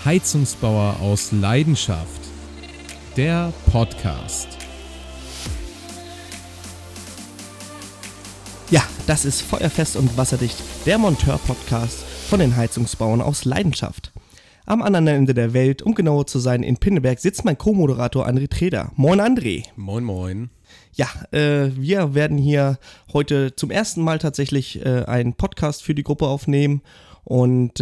Heizungsbauer aus Leidenschaft. Der Podcast. Ja, das ist Feuerfest und wasserdicht, der Monteur-Podcast von den Heizungsbauern aus Leidenschaft. Am anderen Ende der Welt, um genauer zu sein, in Pinneberg, sitzt mein Co-Moderator André Treder. Moin André. Moin moin. Ja, wir werden hier heute zum ersten Mal tatsächlich einen Podcast für die Gruppe aufnehmen und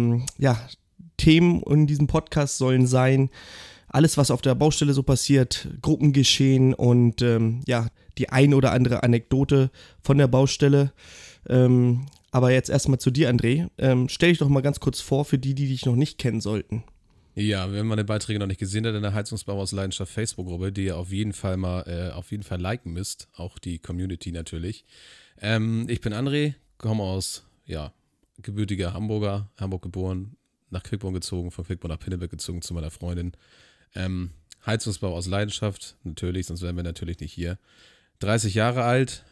Themen in diesem Podcast sollen sein, alles was auf der Baustelle so passiert, Gruppengeschehen und die ein oder andere Anekdote von der Baustelle. Aber jetzt erstmal zu dir, André. Stell dich doch mal ganz kurz vor für die dich noch nicht kennen sollten. Ja, wenn man die Beiträge noch nicht gesehen hat in der Heizungsbauer aus Leidenschaft Facebook-Gruppe, die ihr auf jeden Fall liken müsst, auch die Community natürlich. Ich bin André, komme aus, gebürtiger Hamburger, Hamburg geboren, nach Quickborn gezogen, von Quickborn nach Pinneberg gezogen zu meiner Freundin. Heizungsbau aus Leidenschaft, natürlich, sonst wären wir natürlich nicht hier. 30 Jahre alt,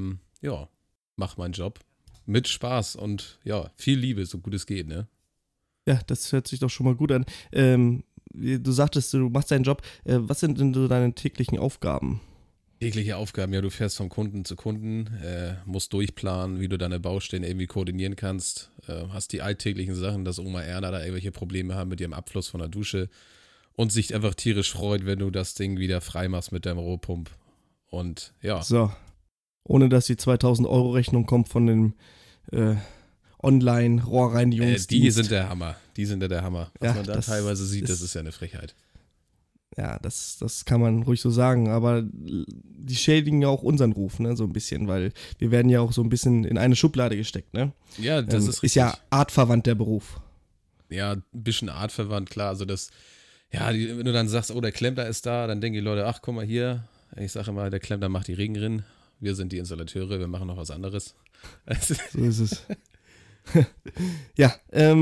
mach meinen Job mit Spaß und viel Liebe, so gut es geht, ne? Ja, das hört sich doch schon mal gut an. Du sagtest, du machst deinen Job. Was sind denn so deine täglichen Aufgaben? Tägliche Aufgaben, du fährst von Kunden zu Kunden, musst durchplanen, wie du deine Baustellen irgendwie koordinieren kannst, hast die alltäglichen Sachen, dass Oma Erna da irgendwelche Probleme haben mit ihrem Abfluss von der Dusche und sich einfach tierisch freut, wenn du das Ding wieder frei machst mit deinem Rohpump. Und ja. So, ohne dass die 2.000-Euro-Rechnung kommt von dem Online-Rohrreinigungsdienst. Die sind der Hammer. Was man da das teilweise sieht, das ist ja eine Frechheit. Ja, das kann man ruhig so sagen, aber die schädigen ja auch unseren Ruf, ne, so ein bisschen, weil wir werden ja auch so ein bisschen in eine Schublade gesteckt, ne? Ja, das ist richtig. Ist ja artverwandt, der Beruf. Ja, ein bisschen artverwandt, klar, also das, wenn du dann sagst, oh, der Klempner ist da, dann denken die Leute, ach, guck mal hier, ich sage immer, der Klempner macht die Regenrinnen, wir sind die Installateure, wir machen noch was anderes. So ist es. Ja,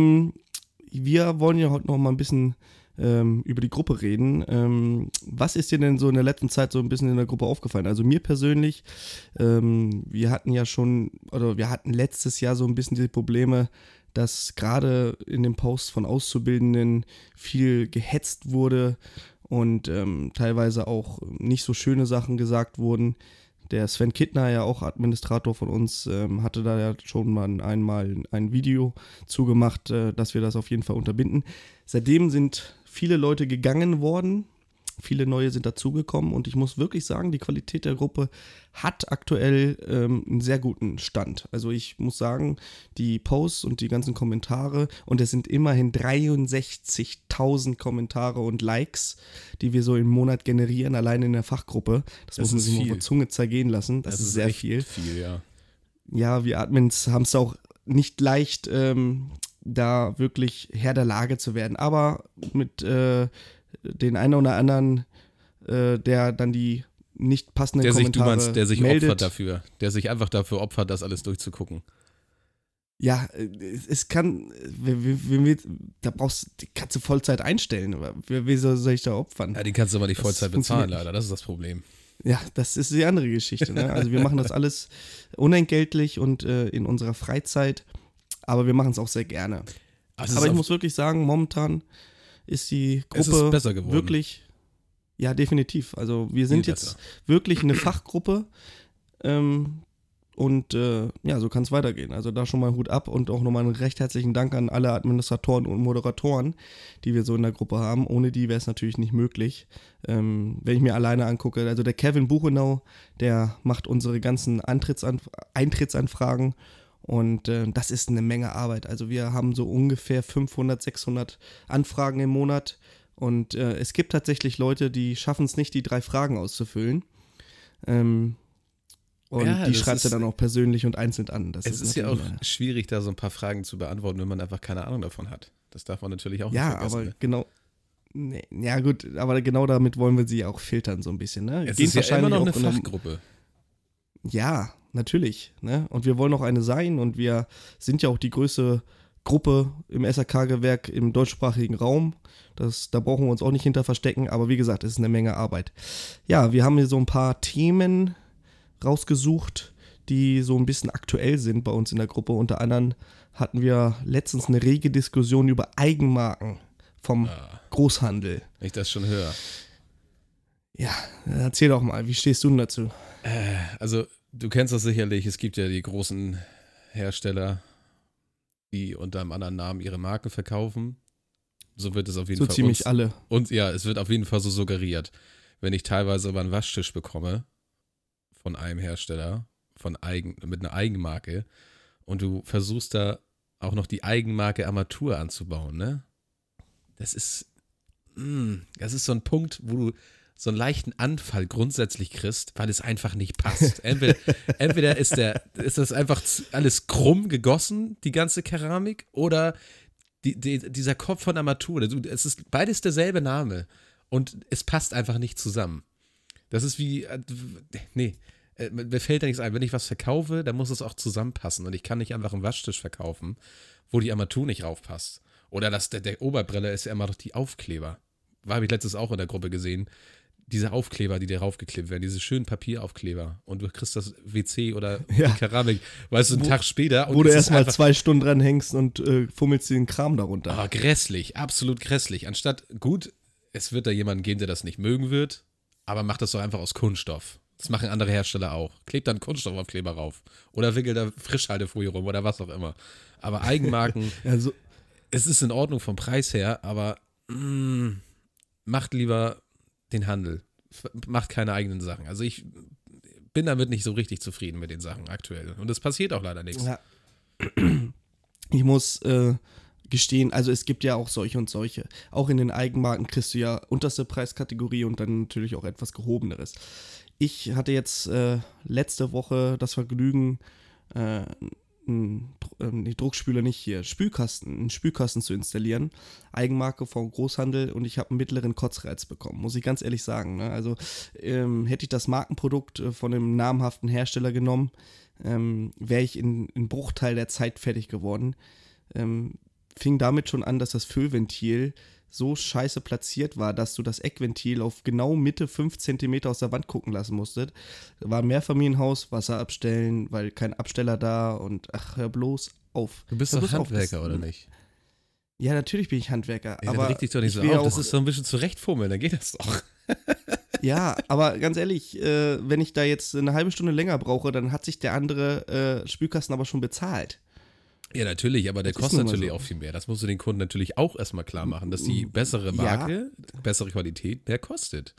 wir wollen ja heute noch mal ein bisschen über die Gruppe reden. Was ist dir denn so in der letzten Zeit so ein bisschen in der Gruppe aufgefallen? Also mir persönlich, wir hatten letztes Jahr so ein bisschen diese Probleme, dass gerade in den Posts von Auszubildenden viel gehetzt wurde und teilweise auch nicht so schöne Sachen gesagt wurden. Der Sven Kittner, ja auch Administrator von uns, hatte da ja schon mal einmal ein Video zugemacht, dass wir das auf jeden Fall unterbinden. Seitdem sind viele Leute gegangen worden, viele neue sind dazugekommen und ich muss wirklich sagen, die Qualität der Gruppe hat aktuell einen sehr guten Stand. Also ich muss sagen, die Posts und die ganzen Kommentare, und es sind immerhin 63.000 Kommentare und Likes, die wir so im Monat generieren, allein in der Fachgruppe. Das muss man sich mal auf der Zunge zergehen lassen. Das ist sehr viel. Ja, wir Admins haben es auch nicht leicht, da wirklich Herr der Lage zu werden. Aber mit den einen oder anderen, der dann die nicht passenden Kommentare der sich meldet. Opfert dafür. Der sich einfach dafür opfert, das alles durchzugucken. Ja, es kann, kannst du Vollzeit einstellen. Wieso soll ich da opfern? Ja, die kannst du aber nicht Vollzeit bezahlen, leider. Das ist das Problem. Ja, das ist die andere Geschichte. Ne? Also wir machen das alles unentgeltlich und in unserer Freizeit, aber wir machen es auch sehr gerne. Aber ich muss wirklich sagen, momentan ist die Gruppe besser geworden. Wirklich, ja, definitiv. Also wir sind jetzt wirklich eine Fachgruppe und so kann es weitergehen. Also da schon mal Hut ab und auch nochmal einen recht herzlichen Dank an alle Administratoren und Moderatoren, die wir so in der Gruppe haben. Ohne die wäre es natürlich nicht möglich. Wenn ich mir alleine angucke, also der Kevin Buchenau, der macht unsere ganzen Eintrittsanfragen. Und das ist eine Menge Arbeit. Also wir haben so ungefähr 500, 600 Anfragen im Monat. Und es gibt tatsächlich Leute, die schaffen es nicht, die 3 Fragen auszufüllen. Die schreibt er dann auch persönlich und einzeln an. Es ist ja auch schwierig, da so ein paar Fragen zu beantworten, wenn man einfach keine Ahnung davon hat. Das darf man natürlich auch nicht vergessen. Aber genau. Ja gut, aber genau damit wollen wir sie auch filtern so ein bisschen. Ne? Es ist ja immer noch eine Fachgruppe. Ja, natürlich. Ne? Und wir wollen auch eine sein und wir sind ja auch die größte Gruppe im SAK-Gewerk im deutschsprachigen Raum. Da brauchen wir uns auch nicht hinter verstecken, aber wie gesagt, es ist eine Menge Arbeit. Ja, wir haben hier so ein paar Themen rausgesucht, die so ein bisschen aktuell sind bei uns in der Gruppe. Unter anderem hatten wir letztens eine rege Diskussion über Eigenmarken vom Großhandel. Wenn ich das schon höre. Ja, erzähl doch mal, wie stehst du denn dazu? Also, du kennst das sicherlich, es gibt ja die großen Hersteller, die unter einem anderen Namen ihre Marken verkaufen. So wird es auf jeden Fall. So ziemlich alle. Und ja, es wird auf jeden Fall so suggeriert. Wenn ich teilweise aber einen Waschtisch bekomme von einem Hersteller, mit einer Eigenmarke, und du versuchst da auch noch die Eigenmarke Armatur anzubauen, ne? Das ist so ein Punkt, wo du so einen leichten Anfall grundsätzlich kriegst, weil es einfach nicht passt. Entweder ist das einfach alles krumm gegossen, die ganze Keramik, oder dieser Kopf von Armatur. Es ist beides derselbe Name und es passt einfach nicht zusammen. Das ist wie, mir fällt da nichts ein. Wenn ich was verkaufe, dann muss es auch zusammenpassen und ich kann nicht einfach einen Waschtisch verkaufen, wo die Armatur nicht raufpasst. Oder der Oberbrille ist ja immer doch die Aufkleber. Habe ich letztes auch in der Gruppe gesehen. Diese Aufkleber, die da raufgeklebt werden, diese schönen Papieraufkleber. Und du kriegst das WC oder die Keramik, weißt du, einen Tag später. Wo du erstmal 2 Stunden dran hängst und fummelst den Kram darunter. Ah, grässlich, absolut grässlich. Anstatt, gut, es wird da jemanden geben, der das nicht mögen wird, aber mach das doch einfach aus Kunststoff. Das machen andere Hersteller auch. Klebt dann Kunststoffaufkleber rauf. Oder wickelt da Frischhaltefolie rum oder was auch immer. Aber Eigenmarken, es ist in Ordnung vom Preis her, aber macht lieber den Handel. Macht keine eigenen Sachen. Also ich bin damit nicht so richtig zufrieden mit den Sachen aktuell. Und es passiert auch leider nichts. Ja. Ich muss gestehen, also es gibt ja auch solche und solche. Auch in den Eigenmarken kriegst du ja unterste Preiskategorie und dann natürlich auch etwas gehobeneres. Ich hatte jetzt letzte Woche das Vergnügen, die Druckspüler nicht hier, einen Spülkasten zu installieren. Eigenmarke vom Großhandel und ich habe einen mittleren Kotzreiz bekommen, muss ich ganz ehrlich sagen. Ne? Also hätte ich das Markenprodukt von einem namhaften Hersteller genommen, wäre ich in Bruchteil der Zeit fertig geworden. Fing damit schon an, dass das Füllventil so scheiße platziert war, dass du das Eckventil auf genau Mitte 5 cm aus der Wand gucken lassen musstest. War ein Mehrfamilienhaus, Wasser abstellen, weil kein Absteller da und ach, hör bloß auf. Du bist doch Handwerker, oder nicht? Ja, natürlich bin ich Handwerker. Ja, aber dann reg dich doch nicht so auf, das ist so ein bisschen zurechtfummeln, dann geht das doch. Ja, aber ganz ehrlich, wenn ich da jetzt eine halbe Stunde länger brauche, dann hat sich der andere Spülkasten aber schon bezahlt. Ja, natürlich, aber der kostet natürlich auch viel mehr. Das musst du den Kunden natürlich auch erstmal klar machen, dass die bessere Marke, bessere Qualität mehr kostet.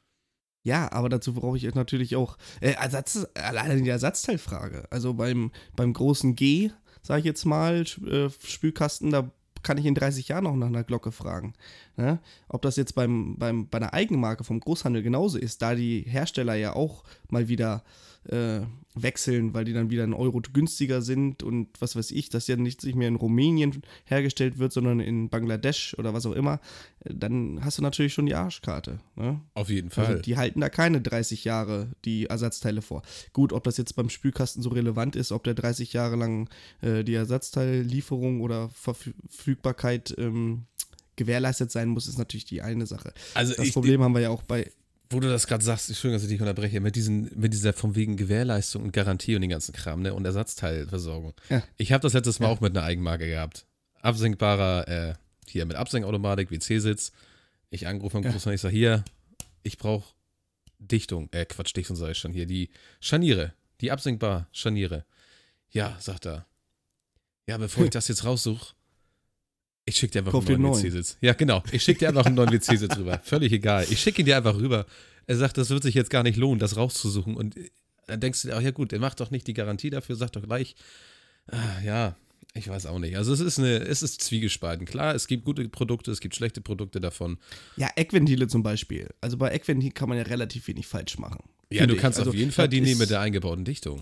Ja, aber dazu brauche ich natürlich auch alleine die Ersatzteilfrage. Also beim großen G, sage ich jetzt mal, Spülkasten, da kann ich in 30 Jahren noch nach einer Glocke fragen. Ne? Ob das jetzt bei einer Eigenmarke vom Großhandel genauso ist, da die Hersteller ja auch mal wieder wechseln, weil die dann wieder einen Euro günstiger sind und was weiß ich, dass ja nicht mehr in Rumänien hergestellt wird, sondern in Bangladesch oder was auch immer, dann hast du natürlich schon die Arschkarte. Ne? Auf jeden Fall. Also die halten da keine 30 Jahre die Ersatzteile vor. Gut, ob das jetzt beim Spülkasten so relevant ist, ob der 30 Jahre lang die Ersatzteillieferung oder Verfügbarkeit gewährleistet sein muss, ist natürlich die eine Sache. Also das Problem haben wir ja auch bei... Wo du das gerade sagst, Entschuldigung, dass ich dich unterbreche, mit dieser von wegen Gewährleistung und Garantie und den ganzen Kram, ne, und Ersatzteilversorgung. Ja. Ich habe das letztes Mal auch mit einer Eigenmarke gehabt. Absenkbarer, hier mit Absenkautomatik, WC-Sitz. Ich angerufen am Großhandel, ich sage, hier, ich brauche Dichtung, Dichtung sage ich schon hier, die Scharniere, die absenkbar Scharniere. Ja, sagt er. Ja, bevor ich das jetzt raussuche, ich schicke dir einfach einen neuen WC-Sitz. Ja, genau. Ich schicke dir einfach einen neuen WC-Sitz rüber. Völlig egal. Ich schicke ihn dir einfach rüber. Er sagt, das wird sich jetzt gar nicht lohnen, das rauszusuchen. Und dann denkst du dir, ach ja gut, er macht doch nicht die Garantie dafür, sagt doch gleich, ja, ich weiß auch nicht. Also es ist zwiegespalten. Klar, es gibt gute Produkte, es gibt schlechte Produkte davon. Ja, Eckventile zum Beispiel. Also bei Eckventilen kann man ja relativ wenig falsch machen. Ja, du kannst auf jeden Fall die nehmen mit der eingebauten Dichtung.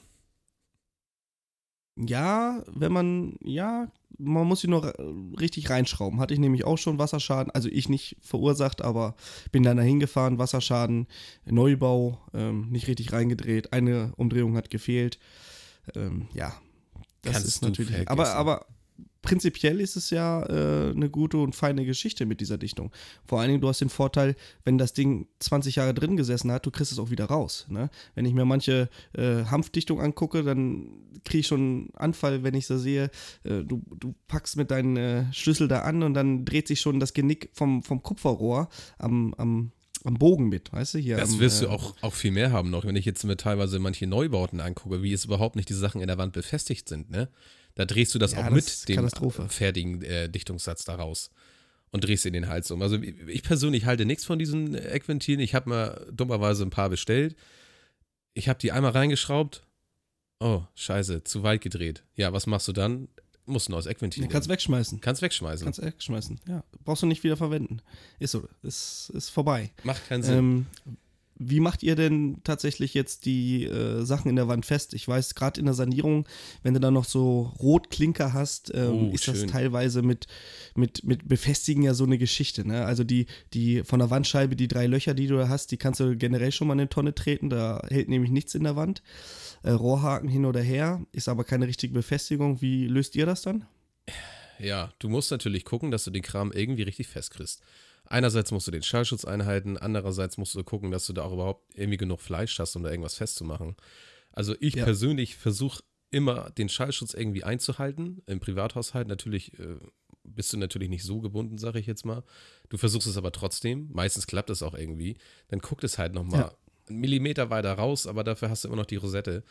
Ja, man muss sie nur richtig reinschrauben. Hatte ich nämlich auch schon Wasserschaden, also ich nicht verursacht, aber bin dann dahin gefahren, Wasserschaden, Neubau, nicht richtig reingedreht, eine Umdrehung hat gefehlt. Ja, das ist natürlich, aber prinzipiell ist es ja eine gute und feine Geschichte mit dieser Dichtung. Vor allen Dingen, du hast den Vorteil, wenn das Ding 20 Jahre drin gesessen hat, du kriegst es auch wieder raus. Ne? Wenn ich mir manche Hanfdichtung angucke, dann kriege ich schon einen Anfall, wenn ich so sehe, du packst mit deinen Schlüssel da an und dann dreht sich schon das Genick vom Kupferrohr am Bogen mit, weißt du? Hier Das wirst du auch viel mehr haben noch, wenn ich jetzt mir teilweise manche Neubauten angucke, wie es überhaupt nicht die Sachen in der Wand befestigt sind, ne? Da drehst du das auch mit dem fertigen Dichtungssatz da raus und drehst in den Hals um. Also ich persönlich halte nichts von diesen Eckventilen. Ich habe mir dummerweise ein paar bestellt. Ich habe die einmal reingeschraubt. Oh, scheiße, zu weit gedreht. Ja, was machst du dann? Musst ein neues Eckventil nehmen. Kannst wegschmeißen. Kannst wegschmeißen, ja. Brauchst du nicht wieder verwenden. Ist so, ist vorbei. Macht keinen Sinn. Wie macht ihr denn tatsächlich jetzt die Sachen in der Wand fest? Ich weiß, gerade in der Sanierung, wenn du da noch so Rotklinker hast, ist schön. Das teilweise mit Befestigen ja so eine Geschichte. Ne? Also die von der Wandscheibe, die 3 Löcher, die du da hast, die kannst du generell schon mal in eine Tonne treten. Da hält nämlich nichts in der Wand. Rohrhaken hin oder her, ist aber keine richtige Befestigung. Wie löst ihr das dann? Ja, du musst natürlich gucken, dass du den Kram irgendwie richtig festkriegst. Einerseits musst du den Schallschutz einhalten, andererseits musst du gucken, dass du da auch überhaupt irgendwie genug Fleisch hast, um da irgendwas festzumachen. Also ich persönlich versuche immer, den Schallschutz irgendwie einzuhalten. Im Privathaushalt natürlich bist du natürlich nicht so gebunden, sage ich jetzt mal. Du versuchst es aber trotzdem. Meistens klappt es auch irgendwie. Dann guckt es halt nochmal einen Millimeter weiter raus, aber dafür hast du immer noch die Rosette.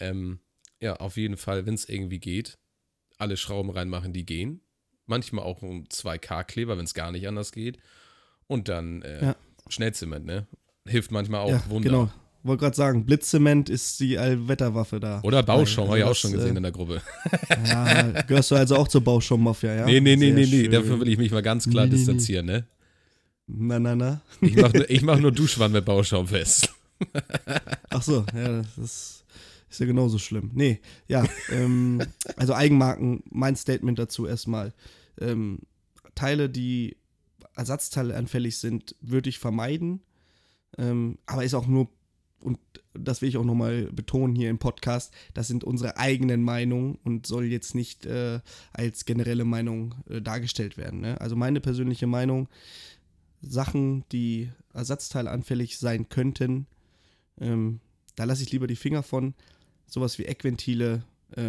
Ja, auf jeden Fall, wenn es irgendwie geht, alle Schrauben reinmachen, die gehen. Manchmal auch um 2K-Kleber, wenn es gar nicht anders geht. Und dann Schnellzement, ne? Hilft manchmal auch Wunder. Genau. Wollte gerade sagen, Blitzzement ist die Allwetterwaffe da. Oder Bauschaum, habe ich auch schon gesehen in der Gruppe. Ja, gehörst du also auch zur Bauschaum-Mafia, ja? Nee. Dafür will ich mich mal ganz klar distanzieren, ne? Na. Ich mach nur Duschwanne mit Bauschaum fest. Ach so, ja, das ist ja genauso schlimm. Nee, ja, also Eigenmarken, mein Statement dazu erstmal. Teile, die Ersatzteile anfällig sind, würde ich vermeiden. Aber ist auch nur, und das will ich auch nochmal betonen hier im Podcast, das sind unsere eigenen Meinungen und soll jetzt nicht als generelle Meinung dargestellt werden. Ne? Also meine persönliche Meinung, Sachen, die ersatzteilanfällig sein könnten, da lasse ich lieber die Finger von. Sowas wie Eckventile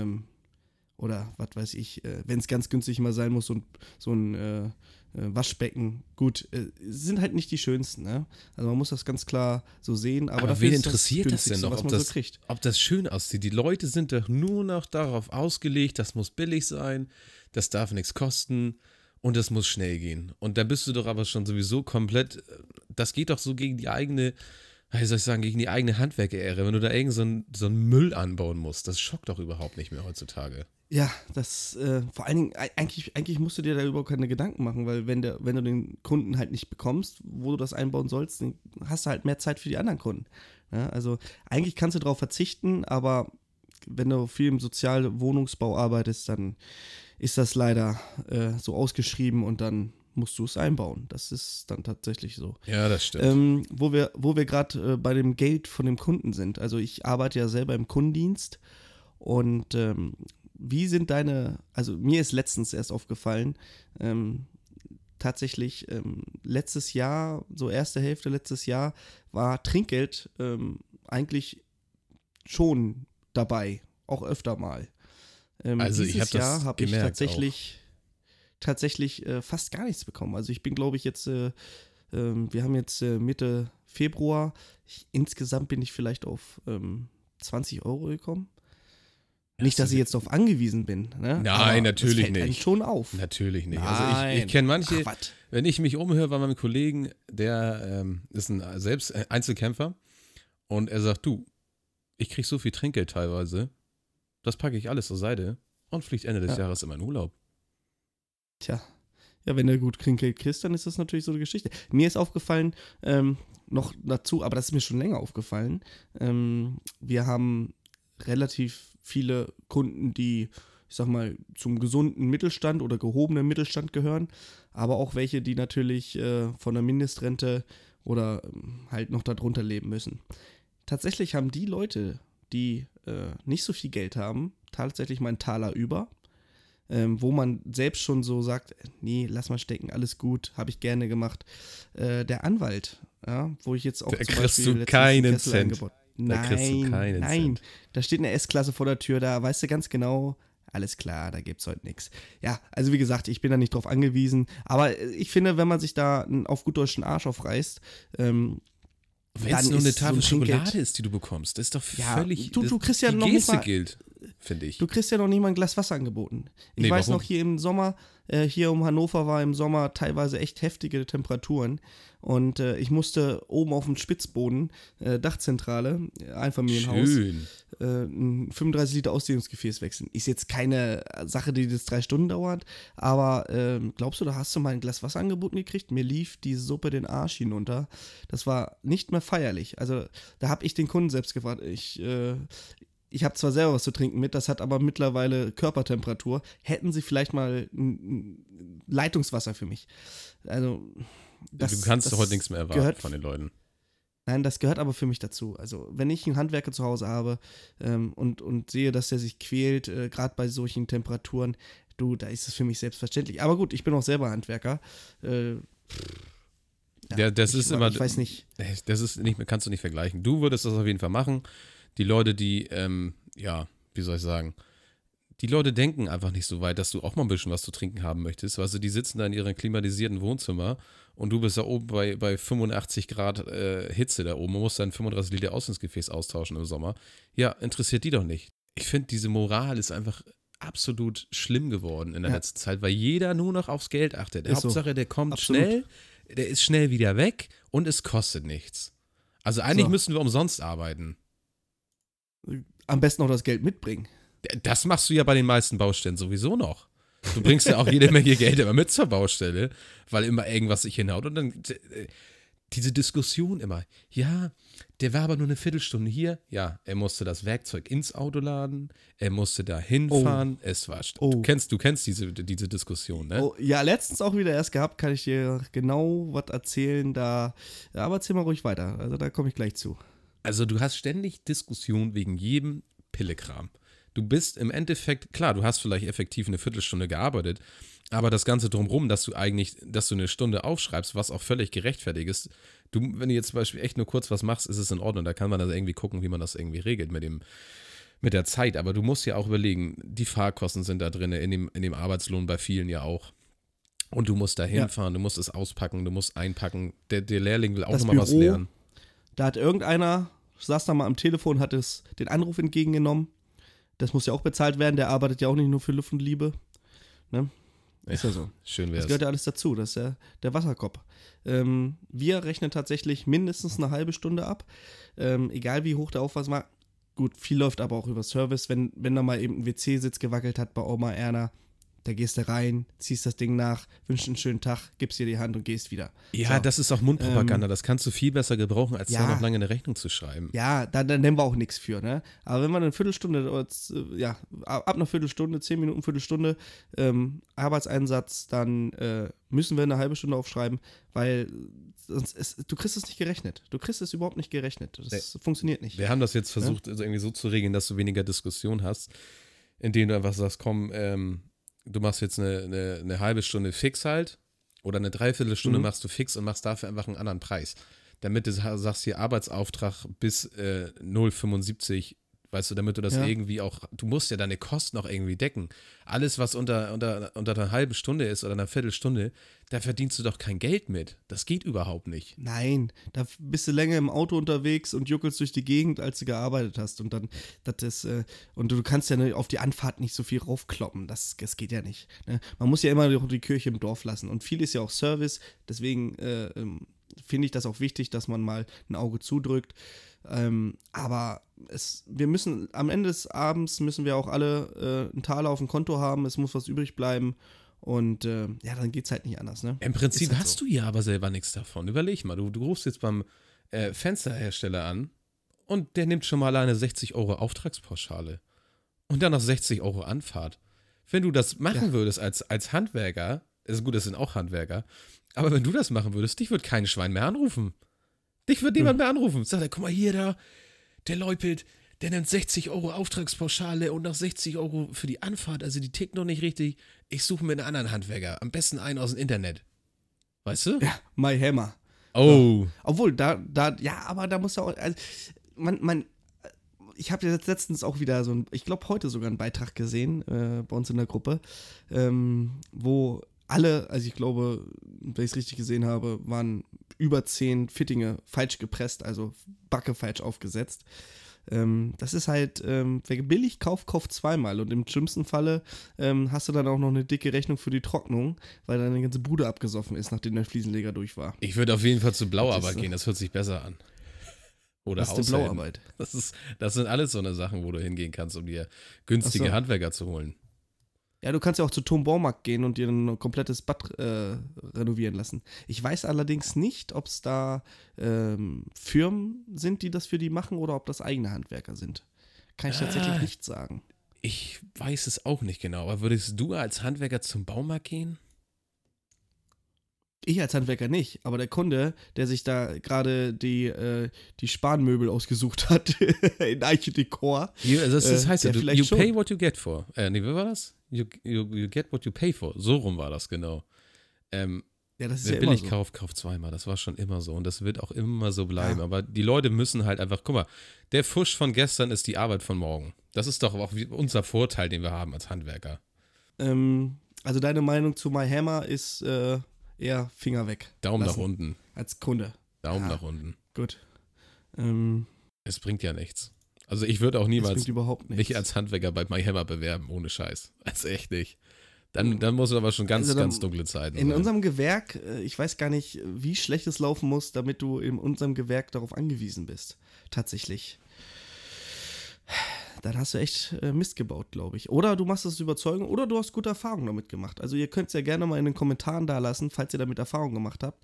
oder was weiß ich, wenn es ganz günstig mal sein muss, so ein Waschbecken. Gut, sind halt nicht die schönsten, ne? Also man muss das ganz klar so sehen. Aber dafür wen interessiert das denn noch, so ob das schön aussieht? Die Leute sind doch nur noch darauf ausgelegt, das muss billig sein, das darf nichts kosten und das muss schnell gehen. Und da bist du doch aber schon sowieso komplett, das geht doch so gegen die eigene, wie soll ich sagen, gegen die eigene Handwerker-Ehre, wenn du da irgend so einen Müll anbauen musst. Das schockt doch überhaupt nicht mehr heutzutage. Ja, das, vor allen Dingen, eigentlich musst du dir da überhaupt keine Gedanken machen, weil wenn du den Kunden halt nicht bekommst, wo du das einbauen sollst, dann hast du halt mehr Zeit für die anderen Kunden. Ja, also eigentlich kannst du darauf verzichten, aber wenn du viel im Sozialwohnungsbau arbeitest, dann ist das leider so ausgeschrieben und dann musst du es einbauen. Das ist dann tatsächlich so. Ja, das stimmt. Wo wir gerade bei dem Geld von dem Kunden sind. Also ich arbeite ja selber im Kundendienst und wie sind also mir ist letztens erst aufgefallen, tatsächlich letztes Jahr, so erste Hälfte letztes Jahr, war Trinkgeld eigentlich schon dabei, auch öfter mal. Also ich habe das habe ich tatsächlich fast gar nichts bekommen. Also ich bin, glaube ich, jetzt, wir haben jetzt Mitte Februar, insgesamt bin ich vielleicht auf 20 Euro gekommen. Nicht, dass ich jetzt darauf angewiesen bin. Ne? Nein, aber natürlich das fällt nicht. Schon auf. Natürlich nicht. Also ich kenne manche, wenn ich mich umhöre bei meinem Kollegen, der ist selbst Einzelkämpfer und er sagt, du, ich kriege so viel Trinkgeld teilweise, das packe ich alles zur Seite und fliegt Ende des Jahres in meinen Urlaub. Tja, ja, wenn du gut Trinkgeld kriegst, dann ist das natürlich so eine Geschichte. Mir ist aufgefallen, noch dazu, aber das ist mir schon länger aufgefallen, wir haben relativ viele Kunden, die, ich sag mal, zum gesunden Mittelstand oder gehobenen Mittelstand gehören, aber auch welche, die natürlich von der Mindestrente oder halt noch darunter leben müssen. Tatsächlich haben die Leute, die nicht so viel Geld haben, tatsächlich mal einen Taler über. wo man selbst schon so sagt, nee, lass mal stecken, alles gut, habe ich gerne gemacht. Der Anwalt, ja, wo ich jetzt auch Da zum kriegst Beispiel du keinen Cent. eingebaut. Da kriegst du keinen Nein, Cent. da steht eine S-Klasse vor der Tür, da weißt du ganz genau, alles klar, da gibt's heute nichts. Ja, also wie gesagt, ich bin da nicht drauf angewiesen, aber ich finde, wenn man sich da auf gut Deutsch den Arsch aufreißt, Wenn es dann nur eine ist so Tafel ein Trinkgeld- Schokolade ist, die du bekommst, das ist doch Ja, völlig. du kriegst ja die noch nicht Geste mal- gilt, finde ich. Du kriegst ja noch nicht mal ein Glas Wasser angeboten. Ich Nee, weiß warum? noch, hier im Sommer, hier um Hannover war im Sommer teilweise echt heftige Temperaturen. Und ich musste oben auf dem Spitzboden, Dachzentrale, Einfamilienhaus, Schön. ein 35 Liter Ausdehnungsgefäß wechseln. Ist jetzt keine Sache, die jetzt 3 Stunden dauert, aber glaubst du, da hast du mal ein Glas Wasser angeboten gekriegt? Mir lief die Suppe den Arsch hinunter. Das war nicht mehr feierlich. Also da habe ich den Kunden selbst gefragt. Ich habe zwar selber was zu trinken mit, das hat aber mittlerweile Körpertemperatur. Hätten Sie vielleicht mal ein Leitungswasser für mich? Also Du kannst doch heute nichts mehr erwarten gehört- von den Leuten. Nein, das gehört aber für mich dazu. Also, wenn ich einen Handwerker zu Hause habe und sehe, dass der sich quält, gerade bei solchen Temperaturen, da ist es für mich selbstverständlich. Aber gut, ich bin auch selber Handwerker. Das ist immer. Ich weiß nicht. Das ist nicht, kannst du nicht vergleichen. Du würdest das auf jeden Fall machen. Die Leute, die, wie soll ich sagen, die Leute denken einfach nicht so weit, dass du auch mal ein bisschen was zu trinken haben möchtest. Weißt du, die sitzen da in ihrem klimatisierten Wohnzimmer und du bist da oben bei 85 Grad Hitze da oben und musst dann 35 Liter Ausgangsgefäß austauschen im Sommer. Ja, interessiert die doch nicht. Ich finde, diese Moral ist einfach absolut schlimm geworden in der letzten Zeit, weil jeder nur noch aufs Geld achtet. Ist so. Hauptsache, der kommt Absolut. schnell, der ist schnell wieder weg und es kostet nichts. Also eigentlich So. müssten wir umsonst arbeiten. Am besten auch das Geld mitbringen. Das machst du ja bei den meisten Baustellen sowieso noch. Du bringst ja auch jede Menge Geld immer mit zur Baustelle, weil immer irgendwas sich hinhaut. Und dann diese Diskussion immer. Ja, der war aber nur eine Viertelstunde hier. Ja, er musste das Werkzeug ins Auto laden. Er musste da hinfahren. Es war. Oh. Du kennst diese Diskussion, ne? Oh, ja, letztens auch wieder erst gehabt, kann ich dir genau was erzählen. Aber erzähl mal ruhig weiter. Also da komme ich gleich zu. Also du hast ständig Diskussion wegen jedem Pillekram. Du bist im Endeffekt, klar, du hast vielleicht effektiv eine Viertelstunde gearbeitet, aber das Ganze drumherum, dass du eine Stunde aufschreibst, was auch völlig gerechtfertigt ist. Wenn du jetzt zum Beispiel echt nur kurz was machst, ist es in Ordnung. Da kann man das irgendwie gucken, wie man das irgendwie regelt mit der Zeit. Aber du musst ja auch überlegen, die Fahrkosten sind da drin, in dem Arbeitslohn bei vielen ja auch. Und du musst da hinfahren, du musst es auspacken, du musst einpacken. Der Lehrling will auch Das nochmal was Büro, lernen. Da hat irgendeiner, saß da mal am Telefon, hat den Anruf entgegengenommen. Das muss ja auch bezahlt werden, der arbeitet ja auch nicht nur für Luft und Liebe. Ne? Ist ja so. Schön Das wär's. gehört ja alles dazu, das ist ja der Wasserkopf. Wir rechnen tatsächlich mindestens eine halbe Stunde ab, egal wie hoch der Aufwand war. Gut, viel läuft aber auch über Service, wenn da mal eben ein WC-Sitz gewackelt hat bei Oma Erna, da gehst du rein, ziehst das Ding nach, wünschst einen schönen Tag, gibst dir die Hand und gehst wieder. Ja, So. das ist auch Mundpropaganda. Das kannst du viel besser gebrauchen, als Ja. da noch lange eine Rechnung zu schreiben. Ja, da nehmen wir auch nichts für, ne? Aber wenn wir eine Viertelstunde, ab einer Viertelstunde, 10 Minuten, Viertelstunde Arbeitseinsatz, dann müssen wir eine halbe Stunde aufschreiben, weil du kriegst es nicht gerechnet. Du kriegst es überhaupt nicht gerechnet. Das funktioniert nicht. Wir haben das jetzt versucht, also irgendwie so zu regeln, dass du weniger Diskussion hast, indem du einfach sagst, komm, du machst jetzt eine halbe Stunde fix halt oder eine Dreiviertelstunde machst du fix und machst dafür einfach einen anderen Preis. Damit du sagst, hier Arbeitsauftrag bis 0,75, weißt du, damit du das irgendwie auch, du musst ja deine Kosten auch irgendwie decken. Alles, was unter einer halben Stunde ist oder einer Viertelstunde, da verdienst du doch kein Geld mit. Das geht überhaupt nicht. Nein, da bist du länger im Auto unterwegs und juckelst durch die Gegend, als du gearbeitet hast. Und dann, und du kannst ja auf die Anfahrt nicht so viel raufkloppen. Das geht ja nicht. Ne? Man muss ja immer die Kirche im Dorf lassen. Und viel ist ja auch Service. Deswegen finde ich das auch wichtig, dass man mal ein Auge zudrückt. Aber wir müssen, am Ende des Abends müssen wir auch alle einen Taler auf dem Konto haben. Es muss was übrig bleiben. Und dann geht's halt nicht anders, ne? Im Prinzip halt hast du ja aber selber nichts davon. Überleg mal, du rufst jetzt beim Fensterhersteller an und der nimmt schon mal alleine 60 Euro Auftragspauschale und dann noch 60 Euro Anfahrt. Wenn du das machen würdest als Handwerker, ist gut, das sind auch Handwerker, aber wenn du das machen würdest, dich wird kein Schwein mehr anrufen. Dich wird niemand mehr anrufen. Sagt er, guck mal hier, der Leupelt, der nimmt 60 Euro Auftragspauschale und noch 60 Euro für die Anfahrt, also die tickt noch nicht richtig. Ich suche mir einen anderen Handwerker, am besten einen aus dem Internet. Weißt du? Ja, My Hammer. Oh. So. Obwohl, ja, aber da muss ja auch, also, ich habe jetzt letztens auch wieder ich glaube heute sogar einen Beitrag gesehen, bei uns in der Gruppe, wo alle, also ich glaube, wenn ich es richtig gesehen habe, waren über 10 Fittinge falsch gepresst, also Backe falsch aufgesetzt. Das ist halt, wer billig kauft, kauft zweimal. Und im schlimmsten Falle hast du dann auch noch eine dicke Rechnung für die Trocknung, weil deine ganze Bude abgesoffen ist, nachdem der Fliesenleger durch war. Ich würde auf jeden Fall zu Blauarbeit gehen, das hört sich besser an. Oder was ist denn Blauarbeit? Das sind alles so eine Sachen, wo du hingehen kannst, um dir günstige Handwerker zu holen. Ja, du kannst ja auch zu Tom Baumarkt gehen und dir ein komplettes Bad renovieren lassen. Ich weiß allerdings nicht, ob es da Firmen sind, die das für die machen oder ob das eigene Handwerker sind. Kann ich tatsächlich nicht sagen. Ich weiß es auch nicht genau, aber würdest du als Handwerker zum Baumarkt gehen? Ich als Handwerker nicht, aber der Kunde, der sich da gerade die Spanmöbel ausgesucht hat in Archidekor. Das heißt ja, you schon. pay what you get for. Nee, wie war das? You get what you pay for. So rum war das genau. Ja, das ist wer ja billig immer so. kauft zweimal. Das war schon immer so und das wird auch immer so bleiben. Ja. Aber die Leute müssen halt einfach, guck mal, der Fusch von gestern ist die Arbeit von morgen. Das ist doch auch unser Vorteil, den wir haben als Handwerker. Also deine Meinung zu My Hammer ist eher Finger weg. Daumen nach unten. Als Kunde. Daumen nach unten. Gut. Es bringt ja nichts. Also ich würde auch niemals mich als Handwerker bei My Hammer bewerben, ohne Scheiß. Also echt nicht. Dann muss es aber schon ganz dunkle Zeiten sein. In unserem Gewerk, ich weiß gar nicht, wie schlecht es laufen muss, damit du in unserem Gewerk darauf angewiesen bist. Tatsächlich. Dann hast du echt Mist gebaut, glaube ich. Oder du machst es überzeugend oder du hast gute Erfahrungen damit gemacht. Also ihr könnt es ja gerne mal in den Kommentaren da lassen, falls ihr damit Erfahrung gemacht habt.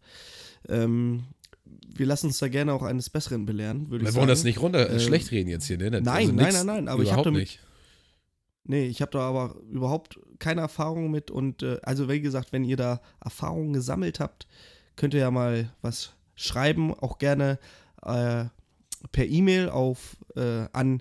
Wir lassen uns da gerne auch eines Besseren belehren, würde ich sagen. Wir wollen das nicht schlecht reden jetzt hier, ne? Nein, aber ich habe damit nicht. Nee, ich habe da aber überhaupt keine Erfahrung mit und also wie gesagt, wenn ihr da Erfahrungen gesammelt habt, könnt ihr ja mal was schreiben, auch gerne per E-Mail an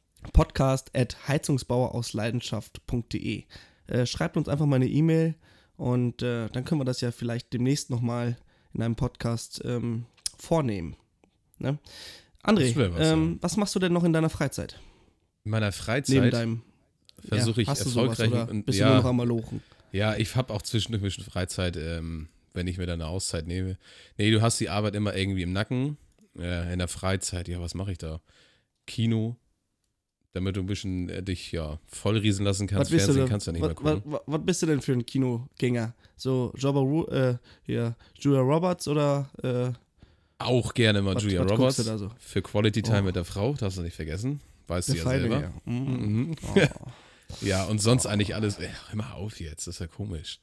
podcast@heizungsbauerausleidenschaft.de. Schreibt uns einfach mal eine E-Mail und dann können wir das ja vielleicht demnächst nochmal in einem Podcast vornehmen. Ne? André, was machst du denn noch in deiner Freizeit? In meiner Freizeit? Neben deinem versuche ich erfolgreich bist du nur noch am Malochen? Ja, ich habe auch zwischendurch Freizeit, wenn ich mir dann eine Auszeit nehme. Nee, du hast die Arbeit immer irgendwie im Nacken. In der Freizeit, ja, was mache ich da? Kino, damit du ein bisschen dich vollriesen lassen kannst. Fernsehen kannst du nicht mehr gucken. Was bist du denn für ein Kinogänger? So Julia Roberts oder auch gerne mal Julia Roberts. So? Für Quality Time mit der Frau, darfst du nicht vergessen. Weißt du ja selber. Ja. Mhm. Ja, und sonst eigentlich alles. Hör mal auf jetzt, das ist ja komisch.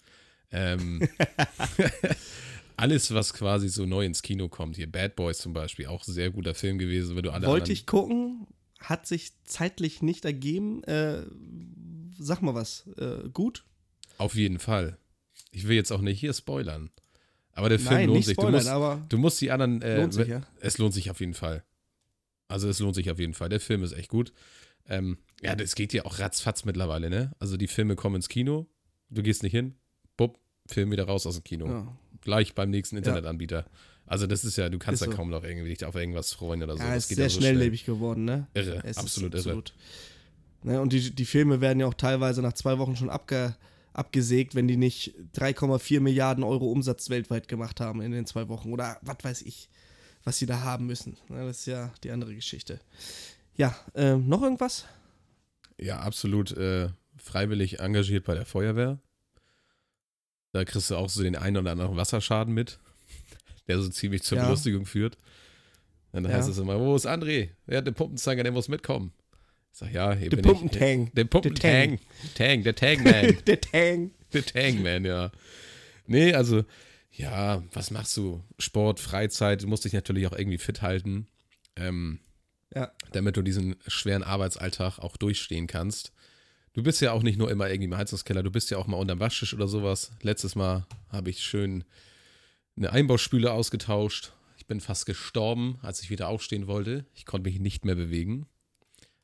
Alles, was quasi so neu ins Kino kommt. Hier Bad Boys zum Beispiel, auch ein sehr guter Film gewesen. Wenn du alle Wollte ich gucken, hat sich zeitlich nicht ergeben. Sag mal was. Gut? Auf jeden Fall. Ich will jetzt auch nicht hier spoilern. Aber der Film lohnt sich. Du musst die anderen. Lohnt sich, ja? Es lohnt sich auf jeden Fall. Also es lohnt sich auf jeden Fall. Der Film ist echt gut. Ja, das geht ja auch ratzfatz mittlerweile, ne? Also die Filme kommen ins Kino, du gehst nicht hin, bupp, Film wieder raus aus dem Kino. Ja. Gleich beim nächsten Internetanbieter. Also das ist ja, du kannst ja kaum noch irgendwie dich auf irgendwas freuen oder so. Ja, das geht sehr schnelllebig geworden, ne? Irre, absolut irre. Ne, und die Filme werden ja auch teilweise nach 2 Wochen schon abgesägt, wenn die nicht 3,4 Milliarden Euro Umsatz weltweit gemacht haben in den 2 Wochen. Oder was weiß ich, was sie da haben müssen. Ne, das ist ja die andere Geschichte. Ja, noch irgendwas? Ja, absolut freiwillig engagiert bei der Feuerwehr. Da kriegst du auch so den einen oder anderen Wasserschaden mit, der so ziemlich zur Belustigung führt. Dann heißt es immer, wo ist André? Wer hat den Pumpenzange, der muss mitkommen. Ich sag, ja, hier bin ich. Der Pumpentang. Der Tangman. Der Tangman, ja. Nee, also, ja, was machst du? Sport, Freizeit, du musst dich natürlich auch irgendwie fit halten. Damit du diesen schweren Arbeitsalltag auch durchstehen kannst. Du bist ja auch nicht nur immer irgendwie im Heizungskeller, du bist ja auch mal unterm Waschtisch oder sowas. Letztes Mal habe ich schön eine Einbauspüle ausgetauscht. Ich bin fast gestorben, als ich wieder aufstehen wollte. Ich konnte mich nicht mehr bewegen.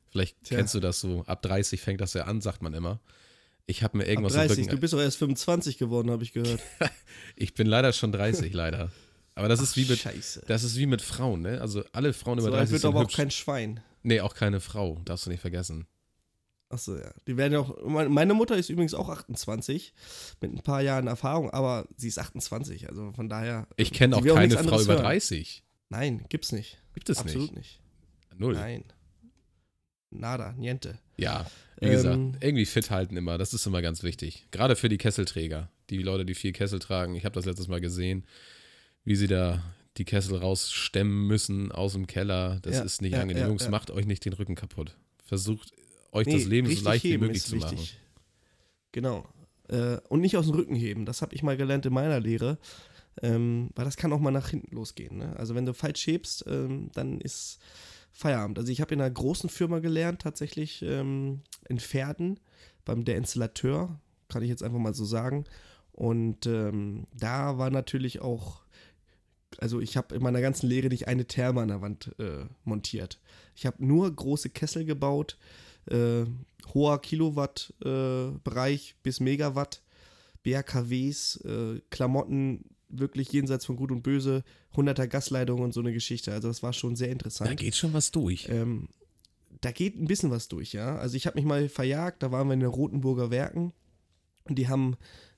Vielleicht kennst du das so. Ab 30 fängt das ja an, sagt man immer. Ich habe mir Ab irgendwas 30, im Rücken. du bist doch erst 25 geworden, habe ich gehört. Ich bin leider schon 30, leider. Aber das ist Scheiße. das ist wie mit Frauen, ne? Also alle Frauen über So 30 alt wird sind aber auch hübsch. kein Schwein. Nee, auch keine Frau, darfst du nicht vergessen. Achso, ja. Die werden ja auch. Meine Mutter ist übrigens auch 28, mit ein paar Jahren Erfahrung, aber sie ist 28, also von daher. Ich kenne auch sie will keine nichts Frau anderes über hören. 30. Nein, gibt's nicht. Gibt es Absolut nicht. Null. Nein. Nada, niente. Ja, wie gesagt, irgendwie fit halten immer, das ist immer ganz wichtig. Gerade für die Kesselträger, die Leute, die viel Kessel tragen. Ich habe das letztes Mal gesehen, wie sie da die Kessel rausstemmen müssen aus dem Keller. Das ist nicht angenehm. Jungs, macht euch nicht den Rücken kaputt. Versucht euch das Leben so leicht wie möglich zu machen. Genau. Und nicht aus dem Rücken heben. Das habe ich mal gelernt in meiner Lehre. Weil das kann auch mal nach hinten losgehen. Ne? Also wenn du falsch hebst, dann ist Feierabend. Also ich habe in einer großen Firma gelernt, tatsächlich in Verden, der Installateur, kann ich jetzt einfach mal so sagen. Und da war natürlich auch, also ich habe in meiner ganzen Lehre nicht eine Therme an der Wand montiert. Ich habe nur große Kessel gebaut, hoher Kilowatt-Bereich bis Megawatt, BRKWs, Klamotten, wirklich jenseits von Gut und Böse, 100er Gasleitung und so eine Geschichte. Also das war schon sehr interessant. Da geht schon was durch. Da geht ein bisschen was durch, ja. Also ich habe mich mal verjagt, da waren wir in den Rotenburger Werken und die haben